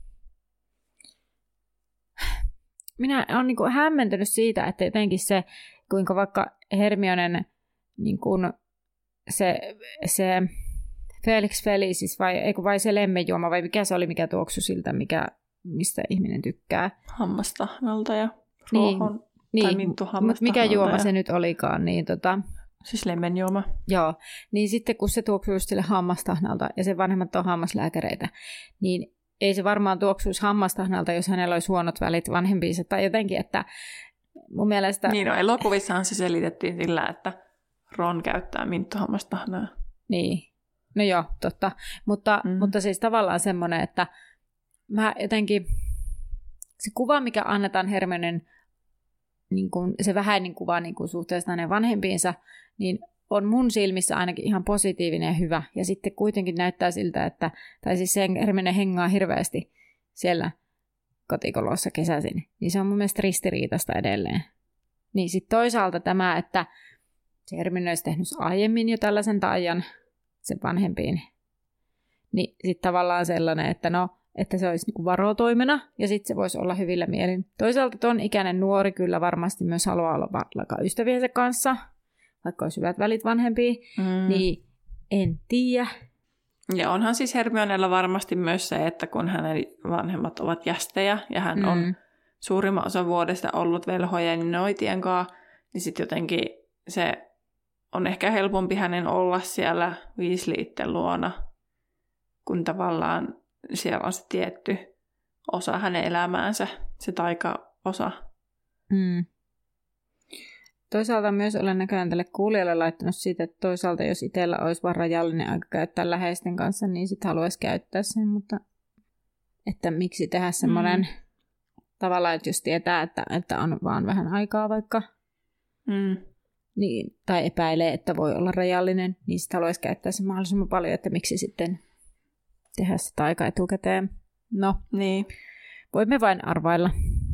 minä olen niin kuin hämmentynyt siitä, että jotenkin se, kuinka vaikka Hermionen niin kuin se, se Felix Felicis vai, eikö, vai se lemmenjuoma vai mikä se oli, mikä tuoksu siltä, mikä, mistä ihminen tykkää. Hammastahnalta ja ruohon niin, tai niin, minttuhammastahnalta. Mikä juoma ja... se nyt olikaan. Niin tota, siis lemmenjuoma. Joo, niin sitten kun se tuoksuu just sille hammastahnalta ja sen vanhemmat on hammaslääkäreitä, niin ei se varmaan tuoksuisi hammastahnalta, jos hänellä olisi huonot välit vanhempiinsa tai jotenkin, että mun mielestä... Niin, no elokuvissahan se selitettiin sillä, että Ron käyttää minttuhammastahnaa. Niin, no joo, totta. Mutta, mm. mutta siis tavallaan semmoinen, että mä jotenkin... Se kuva, mikä annetaan Hermionen, niin kun, se vähäinen kuva niin kun suhteessa hänen vanhempiinsa, niin on mun silmissä ainakin ihan positiivinen ja hyvä. Ja sitten kuitenkin näyttää siltä, että, tai siis se Hermione hengaa hirveästi siellä kotikolossa kesäisin. Niin se on mun mielestä ristiriitasta edelleen. Niin sitten toisaalta tämä, että se Hermione olisi tehnyt aiemmin jo tällaisen taian sen vanhempiin. Niin sitten tavallaan sellainen, että no, että se olisi niinku varotoimena ja sitten se voisi olla hyvillä mielin. Toisaalta ton ikäinen nuori kyllä varmasti myös haluaa olla ystäviensä kanssa, vaikka olisi hyvät välit vanhempiin, mm. niin en tiedä. Ja onhan siis Hermionella varmasti myös se, että kun hänen vanhemmat ovat jästejä ja hän mm. on suurimman osan vuodesta ollut velhojen noitien kanssa, niin sitten jotenkin se on ehkä helpompi hänen olla siellä Weasleyitten luona, kun tavallaan siellä on se tietty osa hänen elämäänsä, se taikaosa. Mm. Toisaalta myös olen näköjään tälle kuulijalle laittanut siitä, että toisaalta jos itsellä olisi vaan rajallinen aika käyttää läheisten kanssa, niin sitten haluaisi käyttää sen, mutta että miksi tehdä semmoinen mm. tavallaan, että jos tietää, että, että on vaan vähän aikaa vaikka, mm. niin, tai epäilee, että voi olla rajallinen, niin sitten haluaisi käyttää sen mahdollisimman paljon, että miksi sitten tehdä sitä aika etukäteen. No, niin. Voimme vain arvailla.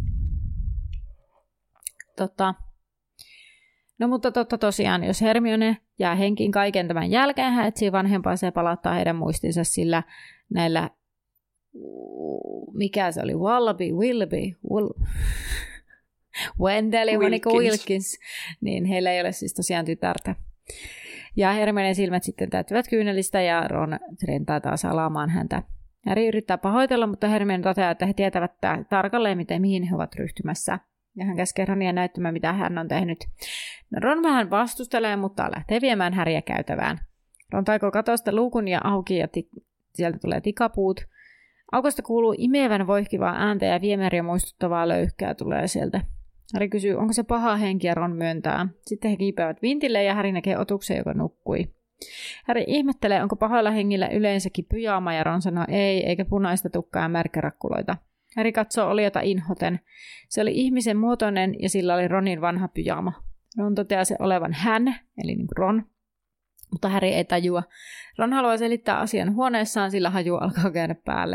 Tota. No mutta totta tosiaan, jos Hermione jää henkiin kaiken tämän jälkeen, hän etsii vanhempaansa ja palauttaa heidän muistinsa sillä näillä, mikä se oli, Wallaby, Willoughby, Will... Wendell ja Monica Wilkins, niin heillä ei ole siis tosiaan tytärtä. Ja Hermionen silmät sitten täyttyvät kyynelistä ja Ron rentaa taas alaamaan häntä. Harry yrittää pahoitella, mutta Hermione toteaa, että he tietävät tarkalleen, miten, mihin he ovat ryhtymässä. Ja hän käskee Ronia näyttämään, mitä hän on tehnyt. No Ron vähän vastustelee, mutta lähtee viemään Harryä käytävään. Ron taikoo katosta luukun ja auki ja ti- sieltä tulee tikapuut. Aukosta kuuluu imevän voihkivaa ääntä ja viemäriä muistuttavaa löyhkää tulee sieltä. Harry kysyy, onko se paha henki, ja Ron myöntää. Sitten he kiipeävät vintille ja Harry näkee otuksen, joka nukkui. Harry ihmettelee, onko pahoilla hengillä yleensäkin pyjaama, ja Ron sanoo ei, eikä punaista tukkaa ja märkärakkuloita. Harry katsoo oliota inhoten. Se oli ihmisen muotoinen ja sillä oli Ronin vanha pyjaama. Ron toteaa se olevan hän, eli niin kuin Ron, mutta Harry ei tajua. Ron haluaa selittää asian huoneessaan, sillä haju alkaa käydä päälle.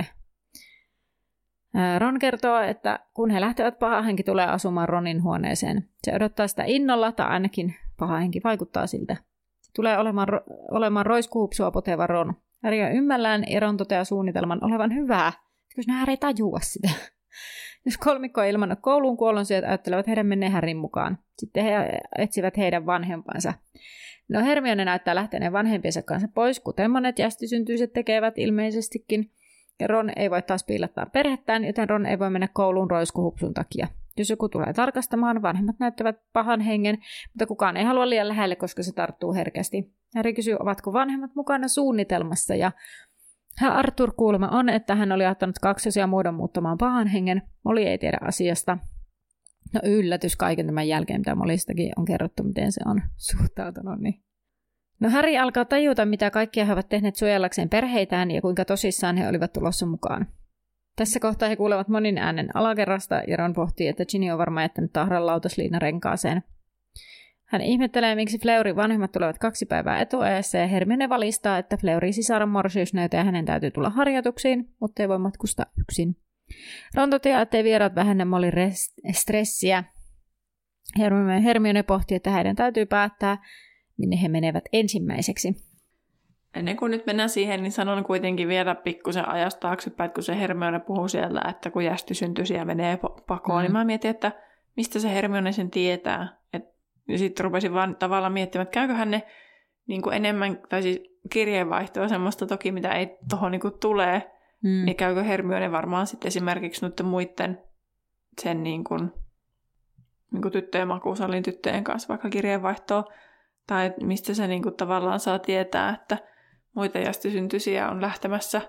Ron kertoo, että kun he lähtevät, paha henki tulee asumaan Ronin huoneeseen. Se odottaa sitä innolla, tai ainakin paha henki vaikuttaa siltä. Se tulee olemaan, olemaan roiskuhupsua poteva Ron. Harry on ymmällään ja Ron toteaa suunnitelman olevan hyvää, koska Harry ei tajua sitä. Jos kolmikko ei ilmannut kouluun, kuollonsyöt ajattelevat heidän menneen Harryn mukaan. Sitten he etsivät heidän vanhempansa. No Hermione näyttää lähteneen vanhempiensa kanssa pois, kuten monet jästisyntyiset tekevät ilmeisestikin. Ja Ron ei voi taas piilottaa perhettään, joten Ron ei voi mennä kouluun roiskuhupsun takia. Jos joku tulee tarkastamaan, vanhemmat näyttävät pahan hengen, mutta kukaan ei halua liian lähelle, koska se tarttuu herkästi. Harry kysyy, ovatko vanhemmat mukana suunnitelmassa, ja Arthur kuulemma on, että hän oli ottanut kaksosia muodon muuttamaan pahan hengen. Molly ei tiedä asiasta. No yllätys kaiken tämän jälkeen, mitä Mollystakin on kerrottu, miten se on suhtautunut. Niin. No Harry alkaa tajuta, mitä kaikkia he ovat tehneet suojellakseen perheitään ja kuinka tosissaan he olivat tulossa mukaan. Tässä kohtaa he kuulevat monin äänen alakerrasta ja Ron pohtii, että Ginny on varmaan jättänyt tahran lautasliinan renkaaseen. Hän ihmettelee, miksi Fleurin vanhemmat tulevat kaksi päivää etuajassa ja Hermione valistaa, että Fleurin sisaren morsiusnäytä ja hänen täytyy tulla harjoituksiin, mutta ei voi matkustaa yksin. Ron toteaa, ettei vieraat vähennä Mollyn stressiä. Hermione, Hermione pohtii, että heidän täytyy päättää, minne he menevät ensimmäiseksi. Ennen kuin nyt mennään siihen, niin sanon kuitenkin vielä pikkusen ajasta taaksepäin, kun se Hermione puhuu siellä, että kun jästysyntyisiä menee pakoon, mm. niin mä mietin, että mistä se Hermione sen tietää. Et, ja sitten rupesin vaan tavallaan miettimään, että käyköhän ne niin kuin enemmän, tai siis kirjeenvaihtoa semmoista toki, mitä ei tuohon niin tulee, mm. niin käykö Hermione varmaan sitten esimerkiksi noiden muiden sen niin kuin, niin kuin tyttöjen makuusallin tyttöjen kanssa vaikka kirjeenvaihtoa, tai mistä se niin kuin tavallaan saa tietää, että muita jästysyntyisiä on lähtemässä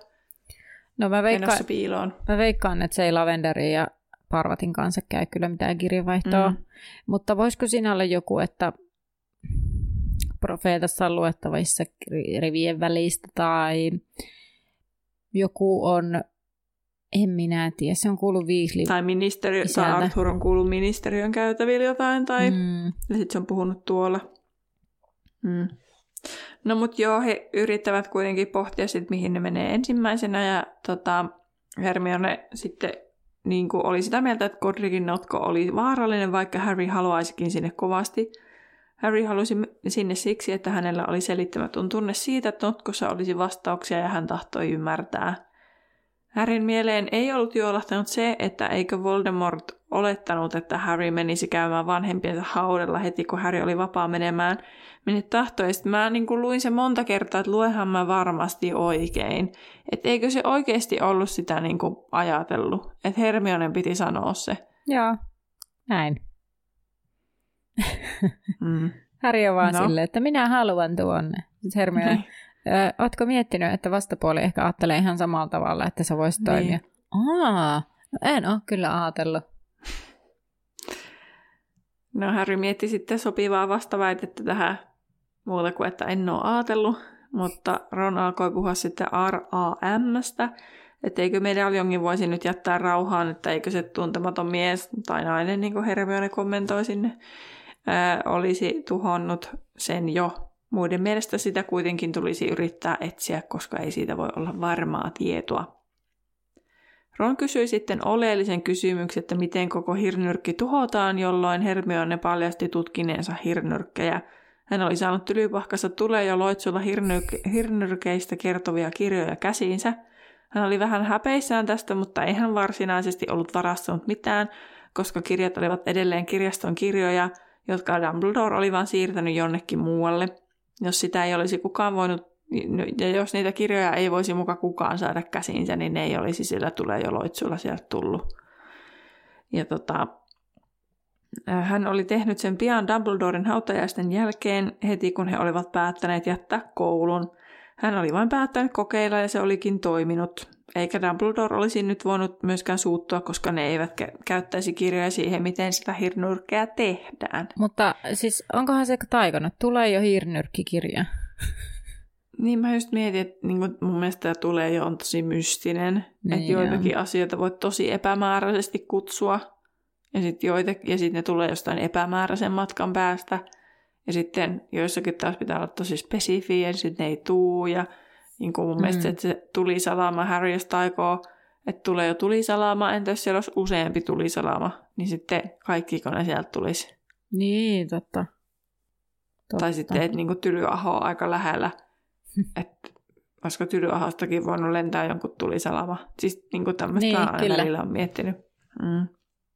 no mä veikkaan, piiloon. Mä veikkaan, että se ei Lavenderin ja Parvatin kanssa käy kyllä mitään kirjeenvaihtoa. Mm. Mutta voisiko siinä olla joku, että profeetassa on luettavissa rivien välistä tai joku on, en minä tiedä, se on kuullut Weasley. Tai, ministeri- tai Arthur on kuullut ministeriön käytävillä jotain, tai mm. ja sitten se on puhunut tuolla. Mm. No mut joo, he yrittävät kuitenkin pohtia sit, mihin ne menee ensimmäisenä, ja tota, Hermione sitten niin kuin oli sitä mieltä, että Godricin notko oli vaarallinen, vaikka Harry haluaisikin sinne kovasti. Harry halusi sinne siksi, että hänellä oli selittämätön tunne siitä, että notkossa olisi vastauksia ja hän tahtoi ymmärtää. Harryn mieleen ei ollut juolahtanut se, että eikö Voldemort olettanut, että Harry menisi käymään vanhempiensa haudella heti, kun Harry oli vapaa menemään. Minne tahtoi, ja sitten mä niin kuin luin se monta kertaa, että luehan mä varmasti oikein. Että eikö se oikeasti ollut sitä niin kuin ajatellut, että Hermionen piti sanoa se. Joo, näin. Mm. Harry on vaan no. silleen, että minä haluan tuonne. Sitten Hermione, ö, ootko miettinyt, että vastapuoli ehkä ajattelee ihan samalla tavalla, että sä voisit niin. toimia? Aa, no en ole kyllä ajatellut. No Harry mietti sitten sopivaa vastaväitettä tähän muuta kuin, että en ole ajatellut, mutta Ron alkoi puhua sitten R A M:stä, että eikö Medaljongin voisi nyt jättää rauhaan, että eikö se tuntematon mies tai nainen, niin kuin Hermione kommentoi sinne, ää, olisi tuhonnut sen jo. Muiden mielestä sitä kuitenkin tulisi yrittää etsiä, koska ei siitä voi olla varmaa tietoa. Ron kysyi sitten oleellisen kysymyksen, että miten koko hirnyrkki tuhotaan, jolloin Hermione paljasti tutkineensa hirnyrkkejä. Hän oli saanut Tylypahkassa Tule ja Loitsulla hirnyr- hirnyrkeistä kertovia kirjoja käsiinsä. Hän oli vähän häpeissään tästä, mutta ei hän varsinaisesti ollut varastanut mitään, koska kirjat olivat edelleen kirjaston kirjoja, jotka Dumbledore oli vain siirtänyt jonnekin muualle. Jos sitä ei olisi kukaan voinut, ja jos niitä kirjoja ei voisi muka kukaan saada käsiinsä, niin ne ei olisi sillä Tule ja Loitsulla sieltä tullut. Ja tota, hän oli tehnyt sen pian Dumbledoren hautajaisten jälkeen, heti kun he olivat päättäneet jättää koulun. Hän oli vain päättänyt kokeilla ja se olikin toiminut. Eikä Dumbledore olisi nyt voinut myöskään suuttua, koska ne eivät kä- käyttäisi kirjoja siihen, miten sitä hirnyrkkeä tehdään. Mutta siis onkohan se taikannut? Tulee jo hirnyrkkikirja. Niin mä just mietin, että niin mun mielestä tämä Tulee jo on tosi mystinen. Niin että joitakin on. Asioita voi tosi epämääräisesti kutsua. Ja sitten sit ne tulee jostain epämääräisen matkan päästä. Ja sitten joissakin taas pitää olla tosi spesifiä, ja sitten ne ei tuu. Ja niin kuin mun mm. mielestä että se tulisalama Harry jos taikoo, että tulee jo tulisalama, entä jos siellä olisi useampi tulisalama, niin sitten kaikki kun ne sieltä tulisi. Niin, totta. totta. Tai sitten, että niin Tylyaho on aika lähellä, että olisiko Tylyahostakin voinut lentää jonkun tulisalama. Siis niin tämmöistä niin, aina välillä on miettinyt. Mm.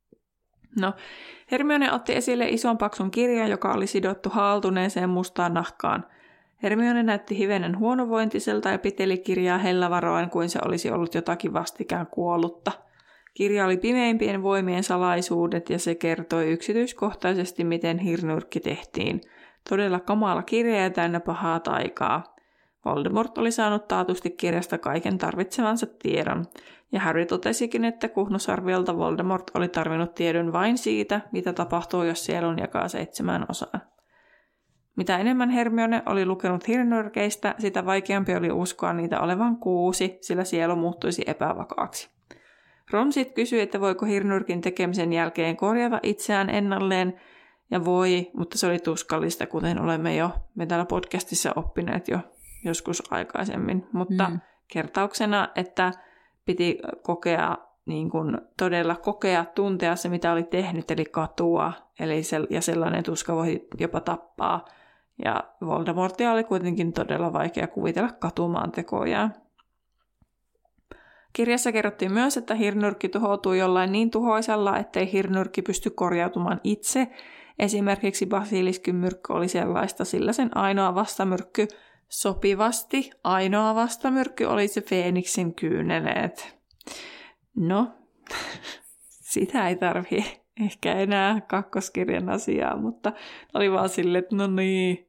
No, Hermione otti esille ison paksun kirjan, joka oli sidottu haaltuneeseen mustaan nahkaan. Hermione näytti hivenen huonovointiselta ja piteli kirjaa hellävaroen, kuin se olisi ollut jotakin vastikään kuollutta. Kirja oli pimeimpien voimien salaisuudet ja se kertoi yksityiskohtaisesti, miten hirnyrkki tehtiin. Todella kamala kirja ja täynnä pahaa taikaa. Voldemort oli saanut taatusti kirjasta kaiken tarvitsemansa tiedon, ja Harry totesikin, että Kuhnusarviolta Voldemort oli tarvinnut tiedon vain siitä, mitä tapahtuu, jos sielun jakaa seitsemään osaan. Mitä enemmän Hermione oli lukenut hirnyrkeistä, sitä vaikeampi oli uskoa niitä olevan kuusi, sillä sielu muuttuisi epävakaaksi. Ron sitten kysyi, että voiko hirnyrkin tekemisen jälkeen korjata itseään ennalleen, ja voi, mutta se oli tuskallista, kuten olemme jo me täällä podcastissa oppineet jo joskus aikaisemmin. Mutta mm. kertauksena, että piti kokea, niin kuin todella kokea, tuntea se, mitä oli tehnyt, eli katua, eli se, ja sellainen tuska voi jopa tappaa. Ja Voldemortia oli kuitenkin todella vaikea kuvitella katumaan tekojaan. Kirjassa kerrottiin myös, että hirnyrkki tuhoutuu jollain niin tuhoisalla, ettei hirnyrkki pysty korjautumaan itse. Esimerkiksi basiliskyn myrkky oli sellaista, sillä sen ainoa vastamyrkky sopivasti, ainoa vastamyrkky oli se Feeniksin kyyneleet. No, sitä ei tarvitse ehkä enää kakkoskirjan asiaa, mutta oli vaan silleen, että no niin,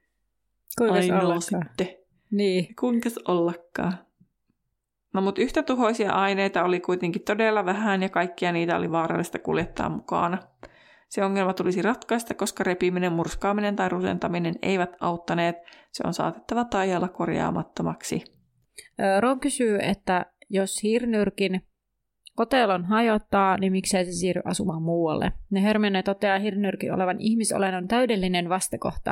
ainoa sitten. Niin. Kuinkas ollakaan. No, mutta yhtä tuhoisia aineita oli kuitenkin todella vähän ja kaikkia niitä oli vaarallista kuljettaa mukana. Se ongelma tulisi ratkaista, koska repiminen, murskaaminen tai rusentaminen eivät auttaneet. Se on saatettava taijalla korjaamattomaksi. Ron kysyy, että jos hirnyrkin kotelon hajottaa, niin miksei se siirry asumaan muualle. Ne Hermione toteaa hirnyrkin olevan ihmisolennon täydellinen vastakohta.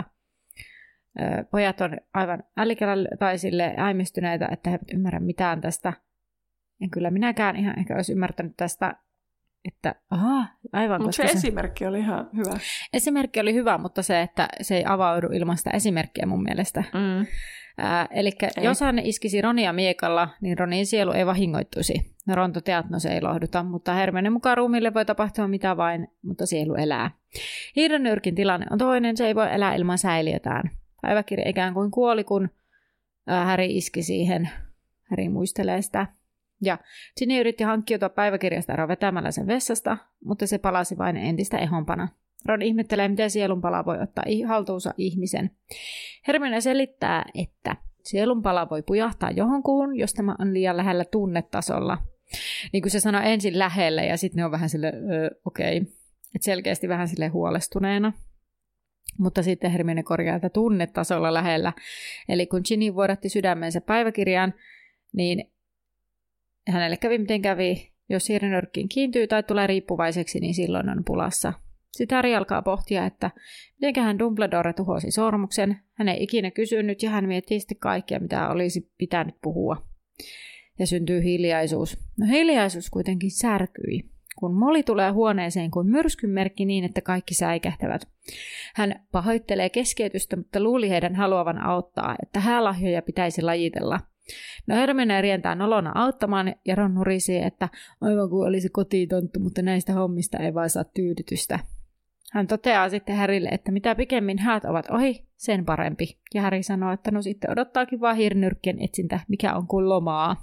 Pojat on aivan ällikällä tai sille äimistyneitä, että he eivät ymmärrä mitään tästä. En kyllä minäkään ihan ehkä olisi ymmärtänyt tästä, että aha, aivan. Mutta se, se esimerkki oli ihan hyvä. Esimerkki oli hyvä, mutta se, että se ei avaudu ilman sitä esimerkkiä mun mielestä. Mm. Äh, eli jos hän iskisi Ronia miekalla, niin Ronin sielu ei vahingoittuisi. Ron toteaa, että no se ei lohduta, mutta Hermione mukaan ruumiille voi tapahtua mitä vain, mutta sielu elää. Hirnyrkin tilanne on toinen, se ei voi elää ilman säiliötään. Päiväkirja ikään kuin kuoli, kun äh, Harry iski siihen. Harry muistelee sitä. Ja Ginny yritti hankkiutua päiväkirjasta eroon vetämällä sen vessasta, mutta se palasi vain entistä ehompana. Ron ihmettelee, miten sielunpala voi ottaa haltuunsa ihmisen. Hermione selittää, että sielunpala voi pujahtaa johonkuun, jos tämä on liian lähellä tunnetasolla. Niin kuin se sanoi ensin lähellä ja sitten ne on vähän sille okei, okay. Että selkeästi vähän sille huolestuneena. Mutta sitten Hermione korjaa, että tunnetasolla lähellä. Eli kun Ginny vuodatti sydämensä päiväkirjaan, niin hänelle kävi miten kävi. Jos hirnyrkkiin kiintyy tai tulee riippuvaiseksi, niin silloin on pulassa. Sitten Harry alkaa pohtia, että mitenköhän Dumbledore tuhosi sormuksen. Hän ei ikinä kysynyt ja hän miettii sitten kaikkea, mitä olisi pitänyt puhua. ja syntyy hiljaisuus. No hiljaisuus kuitenkin särkyi, kun Molly tulee huoneeseen kuin myrskynmerkki niin, että kaikki säikähtävät. Hän pahoittelee keskeytystä, mutta luuli heidän haluavan auttaa, että häälahjoja pitäisi lajitella. No Hermione rientää nolona auttamaan ja Ron nurisee, että aivan kuin olisi kotitonttu, mutta näistä hommista ei vaan saa tyydytystä. Hän toteaa sitten Harrylle, että mitä pikemmin häät ovat ohi, sen parempi. Ja Harry sanoo, että no sitten odottaakin vaan hiirinyrkkien etsintä, mikä on kuin lomaa.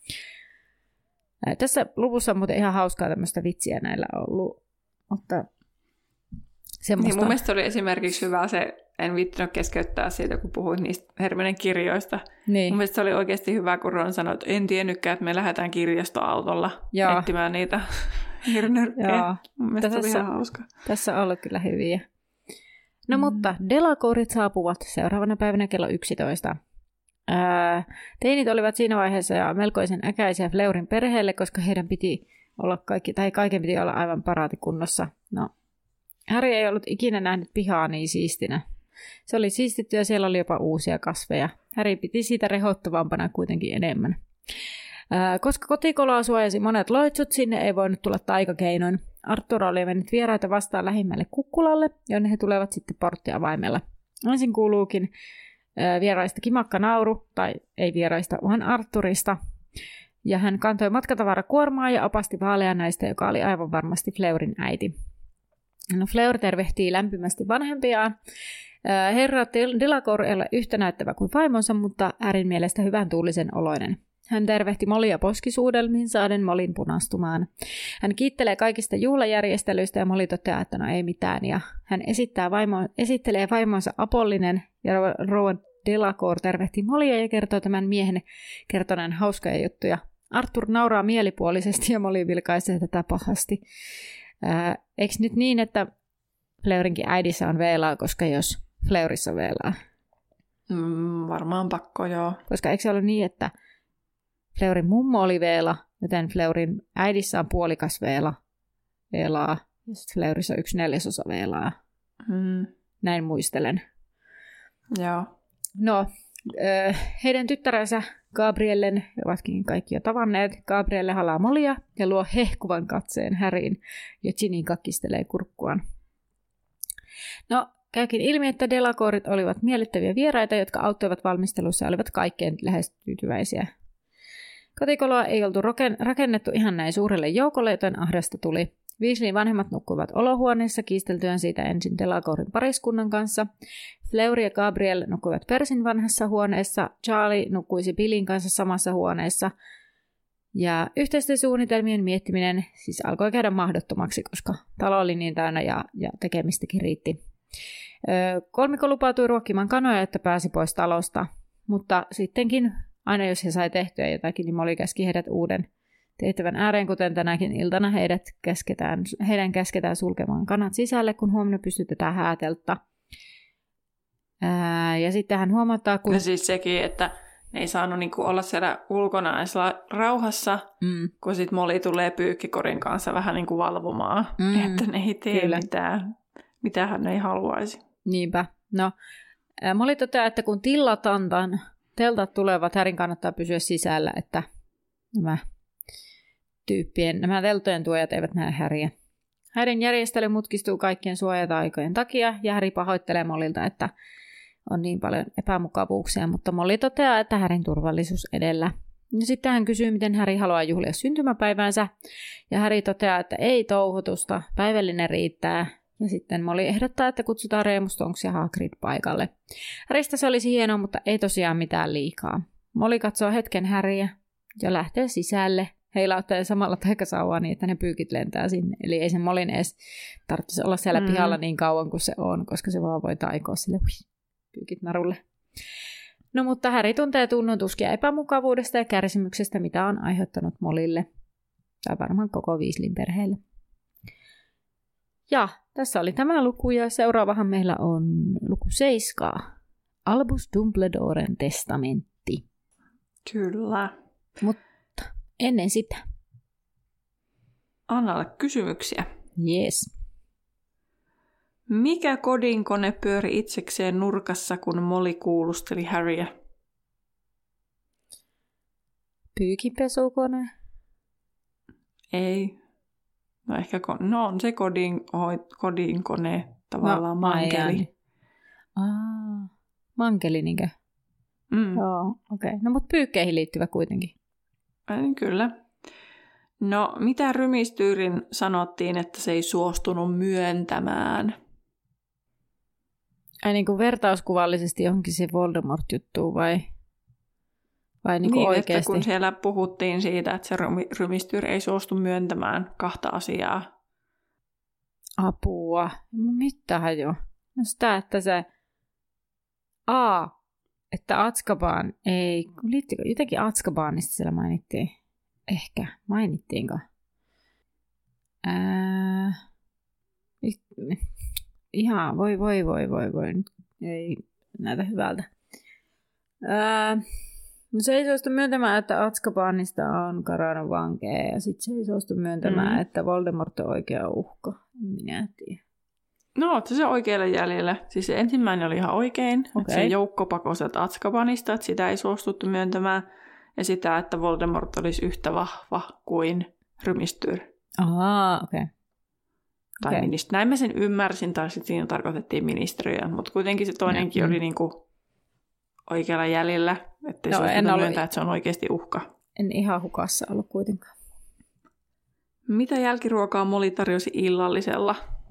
Tässä luvussa on muuten ihan hauskaa tämmöistä vitsiä näillä ollut, mutta semmoista... Niin mun mielestä oli esimerkiksi hyvä se, en viittinyt keskeyttää siitä, kun puhuit niistä Hermionen kirjoista. Niin. Mun mielestä se oli oikeasti hyvä, kun Ron sanoi, että en tiennytkään, että me lähdetään kirjastoautolla Joo. etsimään niitä hiirinyrkkejä. Mun mielestä tässä, se oli ihan hauska. Tässä on ollut kyllä hyviä. No mm. mutta Delacourit saapuvat seuraavana päivänä kello yksitoista. Ää, teinit olivat siinä vaiheessa jo melkoisen äkäisiä Fleurin perheelle, koska heidän piti olla kaikki, tai kaiken piti olla aivan paraatikunnossa. No, Harry ei ollut ikinä nähnyt pihaa niin siistinä. Se oli siistitty ja siellä oli jopa uusia kasveja. Harry piti siitä rehottavampana kuitenkin enemmän. Ää, koska kotikoloa suojasi monet loitsut, sinne ei voinut tulla taikakeinoin. Arthur oli mennyt vieraita vastaan lähimmälle kukkulalle, jonne he tulevat sitten porttiavaimella. Ensin kuuluukin vieraista kimakka nauru, tai ei vieraista, vaan Arthurista. Ja hän kantoi matkatavarakuormaa ja opasti vaaleanaista, joka oli aivan varmasti Fleurin äiti. No Fleur tervehtii lämpimästi vanhempiaan. Herra Delacour ei ole yhtä näyttävä kuin vaimonsa, mutta Harryn mielestä hyvän tuulisen oloinen. Hän tervehti Mollia poskisuudelmiin saaden Mollin punastumaan. Hän kiittelee kaikista juhlajärjestelyistä ja Molly toteaa, että no ei mitään. Ja hän esittää vaimo, esittelee vaimonsa Apollinen ja Rowan Delacour tervehti Mollia ja kertoo tämän miehen kertoneen hauskoja juttuja. Arthur nauraa mielipuolisesti ja Molly vilkaisee tätä pahasti. Ää, eikö nyt niin, että Fleurinkin äidissä on veelaa, koska jos Fleurissa on veelaa? Mm, varmaan pakko, joo. Koska eikö se ollut niin, että Fleurin mummo oli veela, joten Fleurin äidissä on puolikas veela, veelaa, ja sitten Fleurissa on yksi neljäsosa veelaa. Mm. Näin muistelen. Joo. No, heidän tyttärensä Gabriellen ovatkin kaikki jo tavanneet. Gabrielle halaa Mollia ja luo hehkuvan katseen Harryin, ja Ginny kakkistelee kurkkuaan. No, käykin ilmi, että Delacourit olivat miellyttäviä vieraita, jotka auttoivat valmistelussa ja olivat kaikkein lähes tyytyväisiä. Kotikoloa ei oltu rakennettu ihan näin suurelle joukolle, joten ahdasta tuli. Weasleyn vanhemmat nukkuivat olohuoneessa kiisteltyään siitä ensin Delacourin pariskunnan kanssa. Fleur ja Gabriel nukkuivat Persin vanhassa huoneessa, Charlie nukkuisi Billin kanssa samassa huoneessa. Ja yhteisten suunnitelmien miettiminen siis alkoi käydä mahdottomaksi, koska talo oli niin täynnä ja, ja tekemistäkin riitti. Öö, kolmikko lupautui ruokkimaan kanoja, että pääsi pois talosta, mutta sittenkin aina jos he sai tehtyä jotakin, niin Molly käski heidät uuden tehtävän ääreen, kuten tänäkin iltana heidät käsketään, heidän käsketään sulkemaan kanat sisälle, kun huomenna pystytetään hääteltä. Ää, ja sitten hän huomattaa, kun... Ja siis sekin, että ne ei saanut niinku olla siellä ulkona edes rauhassa, mm. kun sitten Molly tulee pyykkikorin kanssa vähän niinku valvomaan, mm. että ne ei tee Kyllä. mitään, mitä hän ei haluaisi. Niinpä. No, ää, Molly toteaa, että kun tillatantan teltat tulevat, Harryn kannattaa pysyä sisällä, että nämä tyyppien, nämä teltojen tuojat eivät näe Harryä. Harryn järjestely mutkistuu kaikkien suojata-aikojen takia, ja Harry pahoittelee Mollilta, että on niin paljon epämukavuuksia, mutta Molly toteaa, että Harryn turvallisuus edellä. Ja sitten hän kysyy, miten Harry haluaa juhlia syntymäpäiväänsä, ja Harry toteaa, että ei touhutusta, päivällinen riittää. Ja sitten Molly ehdottaa, että kutsutaan Remus Tonks ja Hagrid paikalle. Harrystä se olisi hienoa, mutta ei tosiaan mitään liikaa. Molly katsoo hetken Harryä ja lähtee sisälle. Heilauttaa samalla taikasauvaa niin, että ne pyykit lentää sinne. Eli ei sen Mollyn edes tarvitsisi olla siellä mm. pihalla niin kauan kuin se on, koska se vaan voi taikoa sille hui, pyykit narulle. No mutta Harry tuntee tunnon tuskia epämukavuudesta ja kärsimyksestä, mitä on aiheuttanut Mollylle. Tai varmaan koko Weasleyn perheelle. Ja tässä oli tämä luku ja seuraavahan meillä on luku seiskaa. Albus Dumbledoren testamentti. Kyllä. Mutta ennen sitä. Annalle kysymyksiä. Yes. Mikä kodinkone pyöri itsekseen nurkassa, kun Molly kuulusteli Harryä? Pyykinpesukone? Ei. No ehkä, no on se kodin, kodinkone, tavallaan no, mankeli. Aa, mankeli niinkö? Mm. Joo, okei. Okay. No mutta pyykkeihin liittyvä kuitenkin. Äh, kyllä. No mitä Rymistyyrin sanottiin, että se ei suostunut myöntämään? Ai niin kuin vertauskuvallisesti johonkin se Voldemort-juttuun vai, vai niin kuin niin, oikeasti? Että kun siellä puhuttiin siitä, että se Rymistyyri ei suostu myöntämään kahta asiaa. Apua. Mitähän jo? No sitä, että se... A, että Azkaban ei... Liittyykö jotenkin Azkabanista siellä mainittiin? Ehkä. Mainittiinko? Ää... Ihan, voi, voi, voi, voi, voi. Ei näytä hyvältä. Ää... No se ei suostu myöntämään, että Azkabanista on karannut vankeja, ja sitten se ei suostu myöntämään, mm. että Voldemort on oikea uhka. Minä tiedän. No, ootko se oikealle jäljellä? Siis se ensimmäinen oli ihan oikein, okay. Että se joukko pakoset Azkabanista, että sitä ei suostuttu myöntämään, ja sitä, että Voldemort olisi yhtä vahva kuin Rymistyr. Ahaa, okei. Okay. Tai okay. minist- näin mä sen ymmärsin, tai sitten siinä tarkoitettiin ministeriöä, mutta kuitenkin se toinenkin ja, oli mm. niinku oikealla jäljellä, ettei no, suostuta myöntää, että se on oikeasti uhka. En ihan hukassa ollut kuitenkaan. Mitä jälkiruokaa Molly tarjosi illallisella,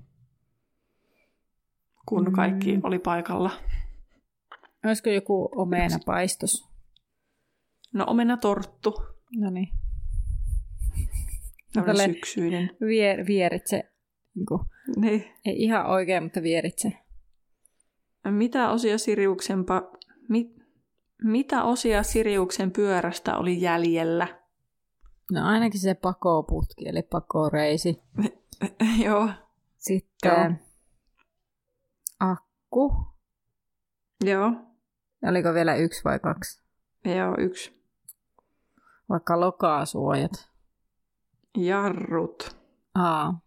kun kaikki mm. oli paikalla? Olisiko joku omenapaistos? No omenatorttu. No niin. Tällainen syksyinen. Vier, vieritse. Niin kuin, niin. Ei ihan oikein, mutta vieritse. Mitä osia Siriuksen, pa- mit- mitä osia Siriuksen pyörästä oli jäljellä? No ainakin se pakoputki, eli pakoreisi. Joo. Sitten Joo. akku. Joo. Oliko vielä yksi vai kaksi? Joo, yksi. Vaikka lokaasuojat. Jarrut. Aa.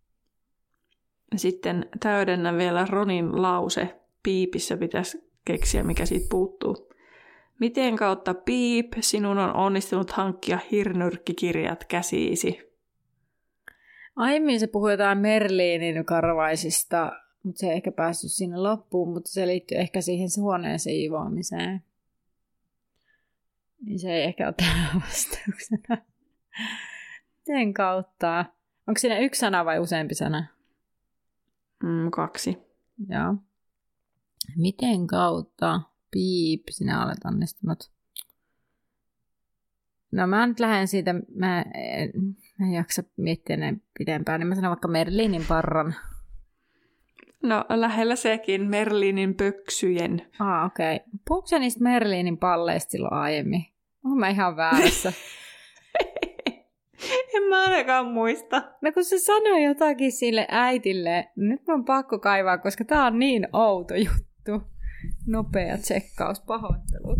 Sitten täydennä vielä Ronin lause. Piipissä pitäisi keksiä, mikä siitä puuttuu. Miten kautta piip sinun on onnistunut hankkia hirnyrkkikirjat käsiisi? Aiemmin se puhui jotain Merliinin karvaisista, mutta se ei ehkä päässyt sinne loppuun, mutta se liittyy ehkä siihen huoneen siivoamiseen. Niin se ei ehkä ole tähän vastauksena. Miten kautta? Onko siinä yksi sana vai useampi sana? Mm, kaksi. Joo. Miten kautta? Piip, sinä olet onnistunut. No mä nyt lähden siitä, mä en, mä en jaksa miettiä näin pitempään, niin mä sanon vaikka Merlinin parran. No lähellä sekin, Merlinin pöksyjen. Ah, okei. Okay. Puhuuko se niistä Merlinin palleista silloin aiemmin? Onko mä ihan väärässä? En mä ainakaan muista. No kun se sanoi jotakin sille äitille, nyt mä on pakko kaivaa, koska tää on niin outo juttu. Nopea tsekkaus, pahoittelut.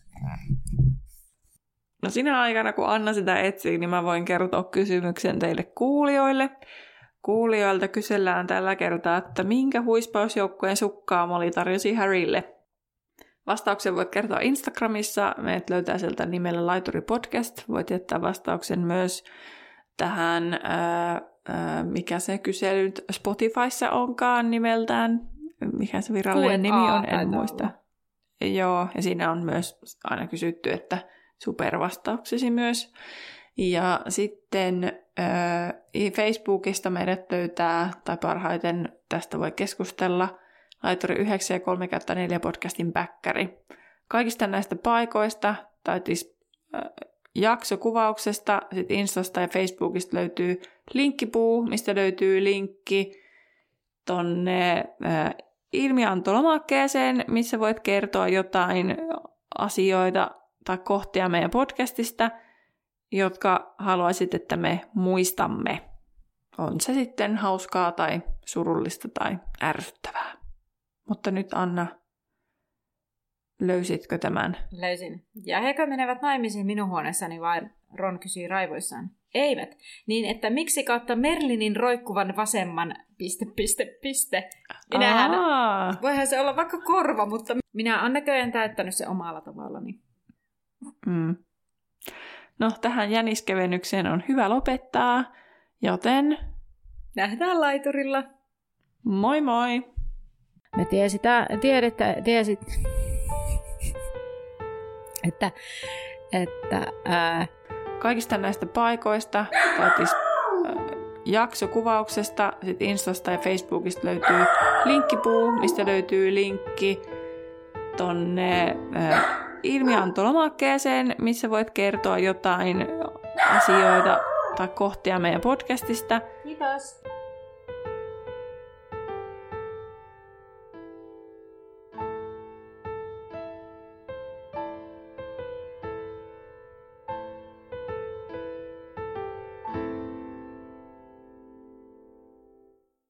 No sinä aikana, kun Anna sitä etsii, niin mä voin kertoa kysymyksen teille kuulijoille. Kuulijoilta kysellään tällä kertaa, että minkä huispausjoukkueen sukkaa Molly tarjosi Harrylle. Vastauksen voit kertoa Instagramissa. Meidät löytää sieltä nimellä Laituri Podcast. Voit jättää vastauksen myös tähän, ää, ää, mikä se kysely Spotifyssa onkaan nimeltään. Mikä se virallinen nimi on, en muista. Joo, ja siinä on myös aina kysytty, että supervastauksesi myös. Ja sitten äh, Facebookista meidät löytää, tai parhaiten tästä voi keskustella, Laituri yhdeksän ja kolme kautta neljä podcastin bäkkäri. Kaikista näistä paikoista, tai siis äh, jaksokuvauksesta, sitten Instasta ja Facebookista löytyy linkkipuu, mistä löytyy linkki tonne äh, ilmiantolomakkeeseen, missä voit kertoa jotain asioita tai kohtia meidän podcastista, jotka haluaisit, että me muistamme. On se sitten hauskaa tai surullista tai ärsyttävää. Mutta nyt Anna, löysitkö tämän? Löysin. Ja hekö menevät naimisiin minun huoneessani, vai Ron kysyi raivoissaan. Eivät. Niin, että miksi kautta Merlinin roikkuvan vasemman piste, piste, piste. Minähän, Aa. voihan se olla vaikka korva, mutta minä olen näköjään täyttänyt se omalla tavallani. Mm. No, tähän jäniskevennykseen on hyvä lopettaa, joten nähdään laiturilla. Moi moi! Me tiesitä, tiedettä, tiesit, että, että ää... kaikista näistä paikoista, tai jaksokuvauksesta, sit Instasta ja Facebookista löytyy linkkipuu, mistä löytyy linkki tonne ää, ilmiantolomakkeeseen, missä voit kertoa jotain asioita tai kohtia meidän podcastista. Kiitos!